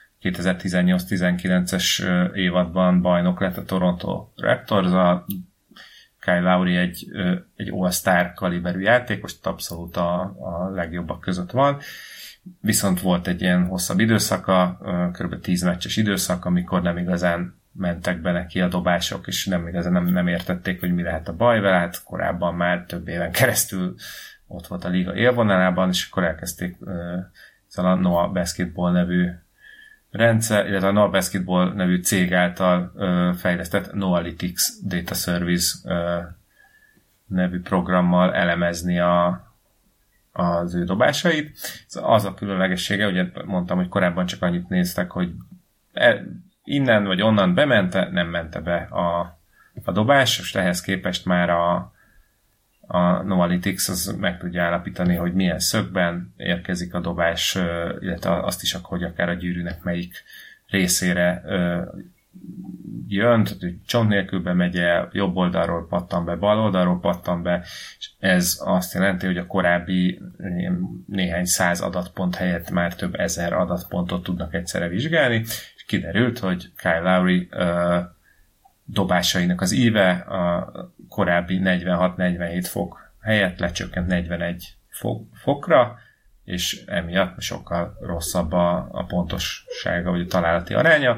2018-19-es évadban bajnok lett a Toronto Raptors. Kyle Lowry egy all-star kaliberű játékos, abszolút a legjobbak között van. Viszont volt egy ilyen hosszabb időszaka, kb. 10 meccses időszak, amikor nem igazán mentek be neki a dobások, és nem értették, hogy mi lehet a baj vele. Hát korábban már több éven keresztül ott volt a liga élvonalában, és akkor elkezdték a NOAA Basketball nevű rendszer, illetve a NOAA Basketball nevű cég által fejlesztett Noalytics Data Service nevű programmal elemezni az ő dobásait. Az a különlegessége, ugye mondtam, hogy korábban csak annyit néztek, hogy innen vagy onnan bemente, nem mente be a dobás, és ehhez képest már a Noalytics az meg tudja állapítani, hogy milyen szögben érkezik a dobás, illetve azt is, hogy akár a gyűrűnek melyik részére jön, tehát hogy csont nélkül bemegy el, jobb oldalról pattan be, bal oldalról pattan be, és ez azt jelenti, hogy a korábbi néhány száz adatpont helyett már több ezer adatpontot tudnak egyszerre vizsgálni, és kiderült, hogy Kyle Lowry dobásainak az íve a korábbi 46-47 fok helyett lecsökkent 41 fokra, és emiatt sokkal rosszabb a pontossága, vagy a találati aránya.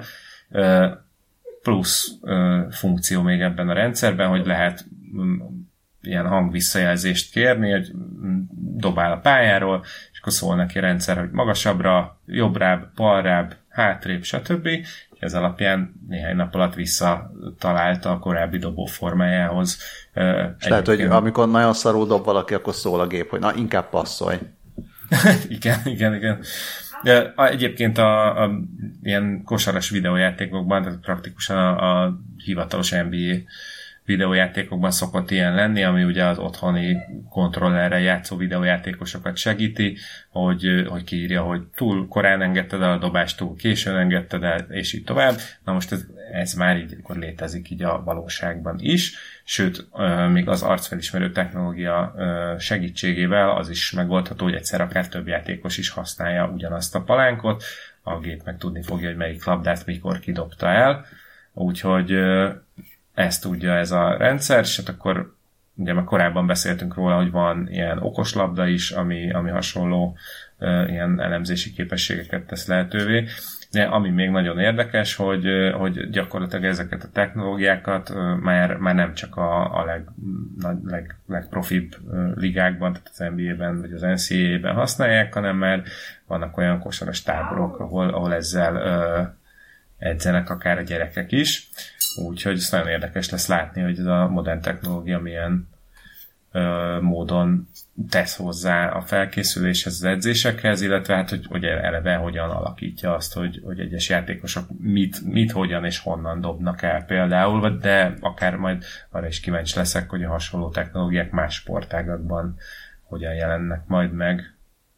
Plusz funkció még ebben a rendszerben, hogy lehet ilyen hangvisszajelzést kérni, hogy dobál a pályáról, és akkor szól neki a rendszer, hogy magasabbra, jobbrább, balrább, hátrébb, stb. Ez alapján néhány nap alatt visszatalálta a korábbi dobó formájához. És lehet, hogy amikor nagyon szarul dob valaki, akkor szól a gép, hogy na, inkább passzolj. igen. De egyébként a ilyen kosaras videójátékokban, tehát praktikusan a hivatalos NBA videójátékokban szokott ilyen lenni, ami ugye az otthoni kontrollerrel játszó videójátékosokat segíti, hogy kiírja, hogy túl korán engedted el a dobást, túl későn engedted el, és így tovább. Na most ez már így akkor létezik így a valóságban is, sőt, még az arcfelismerő technológia segítségével az is megoldható, hogy egyszer akár több játékos is használja ugyanazt a palánkot, a gép meg tudni fogja, hogy melyik labdát mikor kidobta el, úgyhogy ezt tudja ez a rendszer, és hát akkor ugye már korábban beszéltünk róla, hogy van ilyen okoslabda is, ami hasonló ilyen elemzési képességeket tesz lehetővé. De ami még nagyon érdekes, hogy gyakorlatilag ezeket a technológiákat már nem csak a legprofibb ligákban, tehát az NBA-ben vagy az NCAA-ben használják, hanem már vannak olyan kosaras táborok, ahol ezzel edzenek akár a gyerekek is. Úgyhogy ez nagyon érdekes lesz látni, hogy ez a modern technológia milyen módon tesz hozzá a felkészüléshez, az edzésekhez, illetve hát, hogy eleve hogyan alakítja azt, hogy egyes játékosok mit, hogyan és honnan dobnak el például, de akár majd arra is kíváncsi leszek, hogy a hasonló technológiák más sportágakban hogyan jelennek majd meg.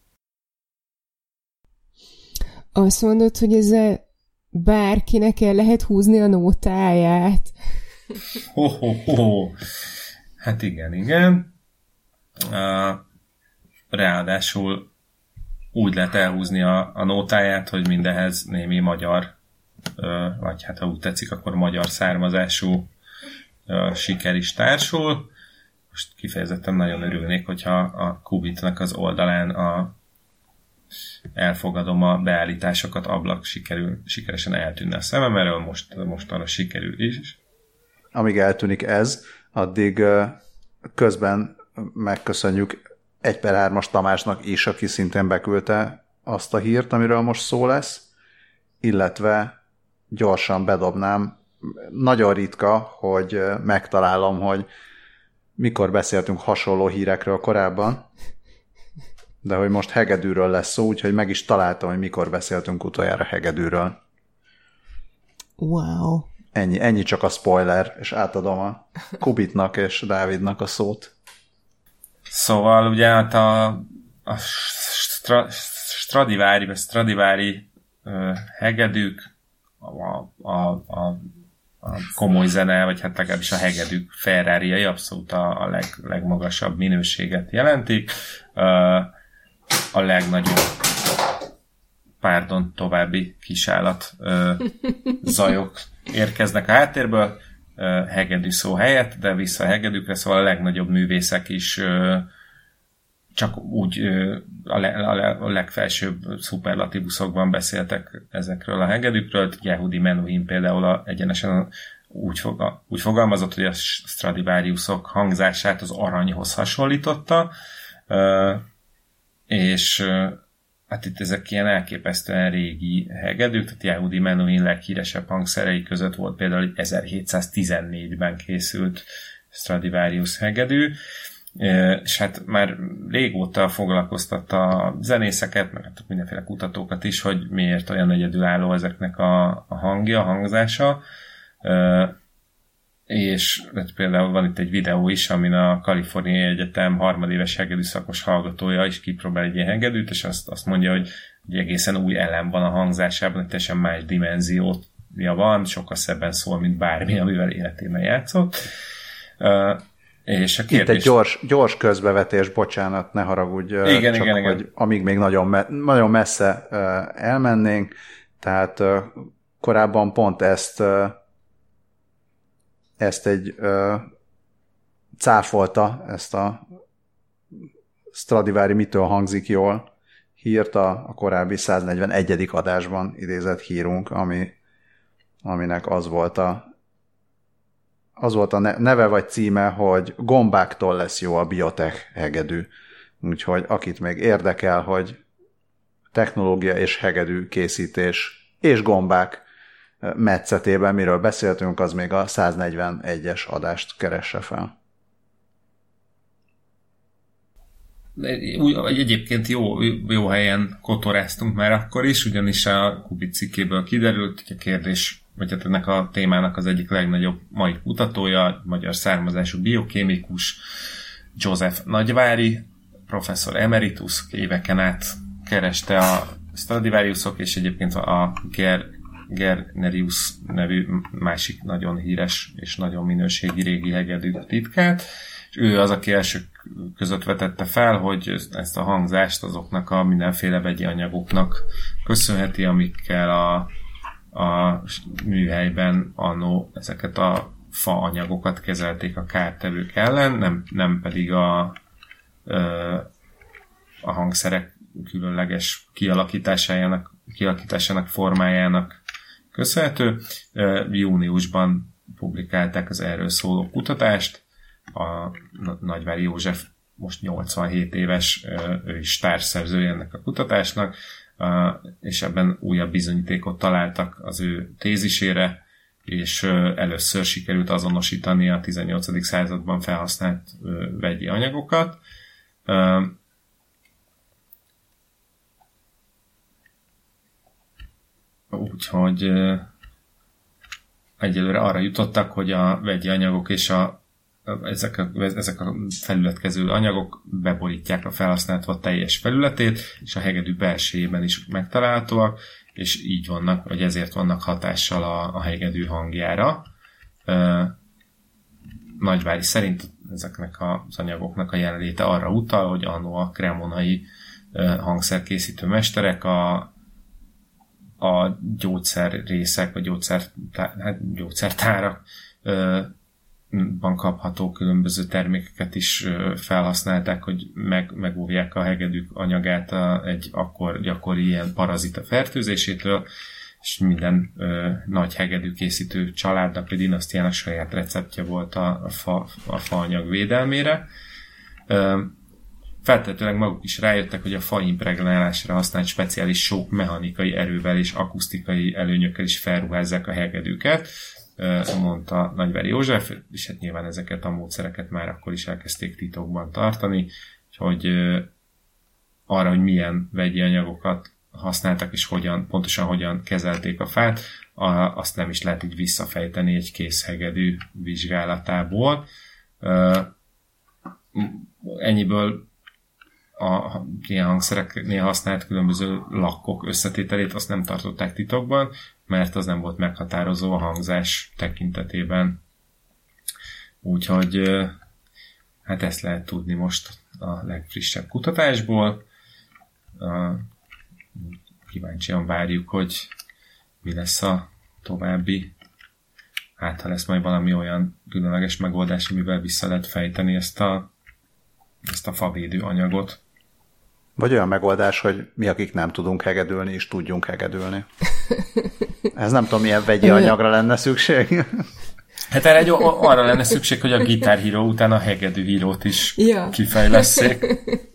Azt mondod, hogy ezzel bárkinek el lehet húzni a nótáját. Hát igen. Ráadásul úgy lehet elhúzni a nótáját, hogy mindehez némi magyar, vagy hát ha úgy tetszik, akkor magyar származású siker is társul. Most kifejezetten nagyon örülnék, hogyha a Qubitnak az oldalán elfogadom a beállításokat, ablak sikeresen eltűnne a szemem, erről most arra sikerül is. Amíg eltűnik ez, addig közben megköszönjük 1/3-as Tamásnak is, aki szintén beküldte azt a hírt, amiről most szó lesz, illetve gyorsan bedobnám, nagyon ritka, hogy megtalálom, hogy mikor beszéltünk hasonló hírekről korábban, de hogy most hegedűről lesz szó, úgyhogy meg is találtam, hogy mikor beszéltünk utoljára hegedűről. Wow. Ennyi csak a spoiler, és átadom a Qubitnak és Dávidnak a szót. Szóval ugye hát a Stradivari hegedűk, a komoly zene, vagy hát legalábbis a hegedűk Ferrari-ai abszolút a legmagasabb minőséget jelentik. A legnagyobb további kisállat zajok érkeznek a háttérből hegedű szó helyett, de vissza a hegedűkre, szóval a legnagyobb művészek is csak úgy a legfelsőbb szuperlatívuszokban beszéltek ezekről a hegedűkről. Yehudi Menuhin például egyenesen úgy fogalmazott, hogy a Stradivariusok hangzását az aranyhoz hasonlította, és hát itt ezek ilyen elképesztően régi hegedűk, tehát Yehudi Menuhin leghíresebb hangszerei között volt például 1714-ben készült Stradivarius hegedű, és hát már régóta foglalkoztatta a zenészeket, meg hát mindenféle kutatókat is, hogy miért olyan egyedülálló ezeknek a hangja, a hangzása, és például van itt egy videó is, amin a Kaliforniai Egyetem harmadéves hegedű szakos hallgatója is kipróbál egy ilyen hegedűt, és azt mondja, hogy egészen új elem van a hangzásában, hogy teljesen más dimenziója van, sokkal szebben szól, mint bármi, amivel életében játszott. És a kérdés... Itt egy gyors közbevetés, bocsánat, ne haragudj, igen. hogy amíg még nagyon messze elmennénk, tehát korábban pont ezt egy cáfolta, ezt a Stradivari mitől hangzik jól hírt a korábbi 141. adásban idézett hírunk, aminek az volt a neve vagy címe, hogy gombáktól lesz jó a biotech hegedű. Úgyhogy akit még érdekel, hogy technológia és hegedű készítés és gombák metszetében miről beszéltünk, az még a 141-es adást keresse fel. Egyébként jó helyen kotoráztunk már akkor is, ugyanis a Qubit cikkéből kiderült, hogy a kérdés, vagy hát ennek a témának az egyik legnagyobb mai kutatója, magyar származású biokémikus József Nagyvári, professzor emeritus, éveken át kereste a Stradivariusok, és egyébként a Guarnerius nevű másik nagyon híres és nagyon minőségi régi hegedű titkát, és ő az, aki elsők között vetette fel, hogy ezt a hangzást azoknak a mindenféle vegyi anyagoknak köszönheti, amikkel a műhelyben annó ezeket a faanyagokat kezelték a kártevők ellen, nem pedig a hangszerek különleges kialakításának formájának köszönhető. Júniusban publikálták az erről szóló kutatást. A Nagyvári József most 87 éves, ő is társszerzője ennek a kutatásnak, és ebben újabb bizonyítékot találtak az ő tézisére, és először sikerült azonosítani a 18. században felhasznált vegyi anyagokat. Úgyhogy egyelőre arra jutottak, hogy a vegyi anyagok és ezek a felületkező anyagok beborítják a felhasznált vad teljes felületét, és a hegedű belsejében is megtalálhatóak, és így vannak, vagy ezért vannak hatással a hegedű hangjára. Nagyvári szerint ezeknek az anyagoknak a jelenléte arra utal, hogy annó a kremonai hangszerkészítő mesterek a gyógyszerrészek, vagy gyógyszertárakban kapható különböző termékeket is felhasználták, hogy megóvják a hegedűk anyagát egy akkor gyakori ilyen parazita fertőzésétől, és minden nagy hegedűkészítő családnak, vagy dinasztiának saját receptje volt a faanyag védelmére. Feltétlenül maguk is rájöttek, hogy a fa impregnálásra használt speciális sok mechanikai erővel és akusztikai előnyökkel is felruházzák a hegedűket, mondta Nagyvári József, és hát nyilván ezeket a módszereket már akkor is elkezdték titokban tartani, hogy arra, hogy milyen vegyi anyagokat használtak, és pontosan hogyan kezelték a fát, azt nem is lehet így visszafejteni egy kész hegedű vizsgálatából. Ennyiből a ilyen hangszereknél használt különböző lakkok összetételét azt nem tartották titokban, mert az nem volt meghatározó a hangzás tekintetében. Úgyhogy hát ezt lehet tudni most a legfrissebb kutatásból. Kíváncsian várjuk, hogy mi lesz a további. Hát ha lesz majd valami olyan különleges megoldás, amivel vissza lehet fejteni ezt a favédő anyagot. Vagy olyan megoldás, hogy mi, akik nem tudunk hegedülni, és tudjunk hegedülni. Ez nem tudom, milyen vegyi anyagra lenne szükség. Hát erre arra lenne szükség, hogy a Guitar Hero után a hegedű hírót is kifejlesszék.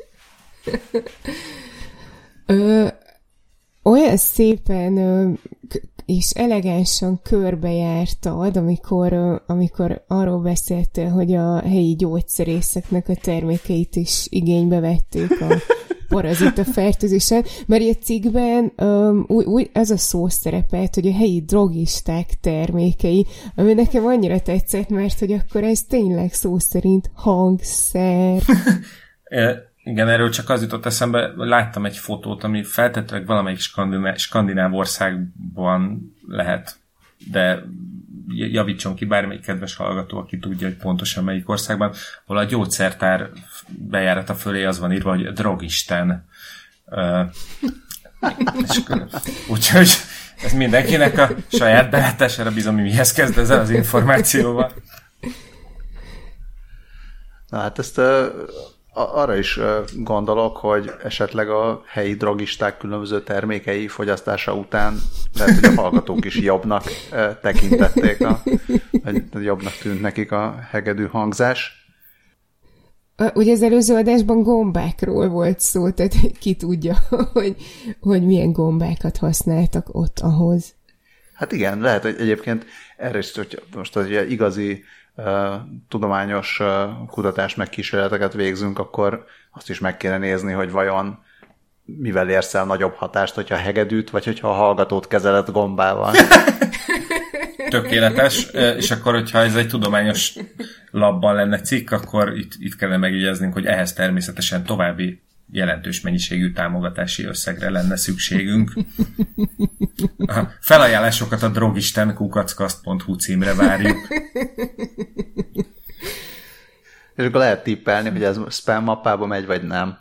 Olyan szépen és elegánsan körbejártad, amikor arról beszéltél, hogy a helyi gyógyszerészeknek a termékeit is igénybe vették a parazita fertőzésen, mert a cikkben ez a szó szerepelt, hogy a helyi drogisták termékei, ami nekem annyira tetszett, mert hogy akkor ez tényleg szó szerint hangszer. Igen, erről csak az jutott eszembe, láttam egy fotót, ami feltetőleg valamelyik skandináv országban lehet, de javítson ki bármelyik kedves hallgató, aki tudja, hogy pontosan melyik országban, ahol a gyógyszertár bejárata fölé az van írva, hogy drogisten. Úgyhogy ez mindenkinek a saját belátására bízom, hogy mihez kezd ezzel az információval. Na hát ezt arra is gondolok, hogy esetleg a helyi drogisták különböző termékei fogyasztása után lehet, hogy a hallgatók is jobbnak tekintették, jobbnak tűnt nekik a hegedű hangzás. Ugye az előző adásban gombákról volt szó, tehát ki tudja, hogy milyen gombákat használtak ott ahhoz. Hát igen, lehet, hogy egyébként erre is, hogy most az igazi tudományos kutatás megkísérleteket végzünk, akkor azt is meg kéne nézni, hogy vajon mivel érsz el nagyobb hatást, hogyha hegedűt, vagy hogyha a hallgatót kezeled gombával. Tökéletes, és akkor, hogyha ez egy tudományos labban lenne cikk, akkor itt kellene megjegyeznünk, hogy ehhez természetesen további jelentős mennyiségű támogatási összegre lenne szükségünk. A felajánlásokat a drogisten@kukackast.hu címre várjuk. És akkor lehet tippelni, hogy ez spam mappába megy, vagy nem.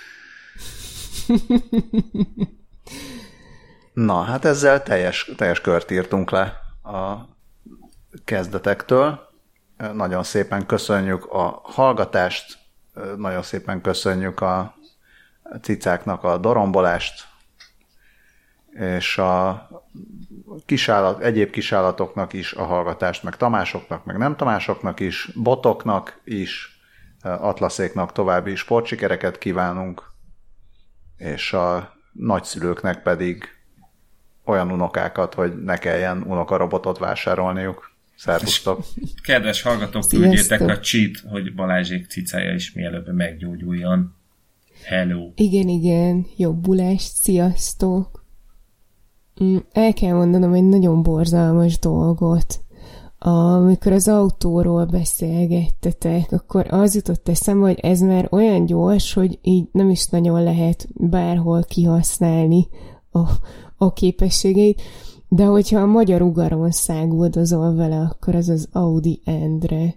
Na, hát ezzel teljes kört írtunk le a kezdetektől. Nagyon szépen köszönjük a hallgatást, nagyon szépen köszönjük a cicáknak a dorombolást, és a egyéb kisállatoknak is a hallgatást, meg Tamásoknak, meg nem Tamásoknak is, botoknak is, atlaszéknak további sportsikereket kívánunk, és a nagyszülőknek pedig olyan unokákat, hogy ne kelljen unokarobotot vásárolniuk. Szervusztok! Kedves hallgatók, küldjétek a cheat, hogy Balázsék cicája is mielőbb meggyógyuljon. Hello! Igen, jobbulást, sziasztok! El kell mondanom egy nagyon borzalmas dolgot. Amikor az autóról beszélgettetek, akkor az jutott eszembe, hogy ez már olyan gyors, hogy így nem is nagyon lehet bárhol kihasználni a képességeit, de hogyha a magyar ugaron száguldozol vele, akkor az az Audi Endre.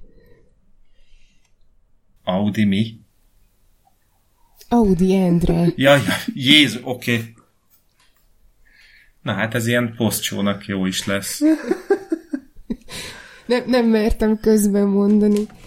Audi mi? Audi Endre. Ja, Jézus, oké. Na hát ez ilyen posztcsónak jó is lesz. Nem mertem közben mondani.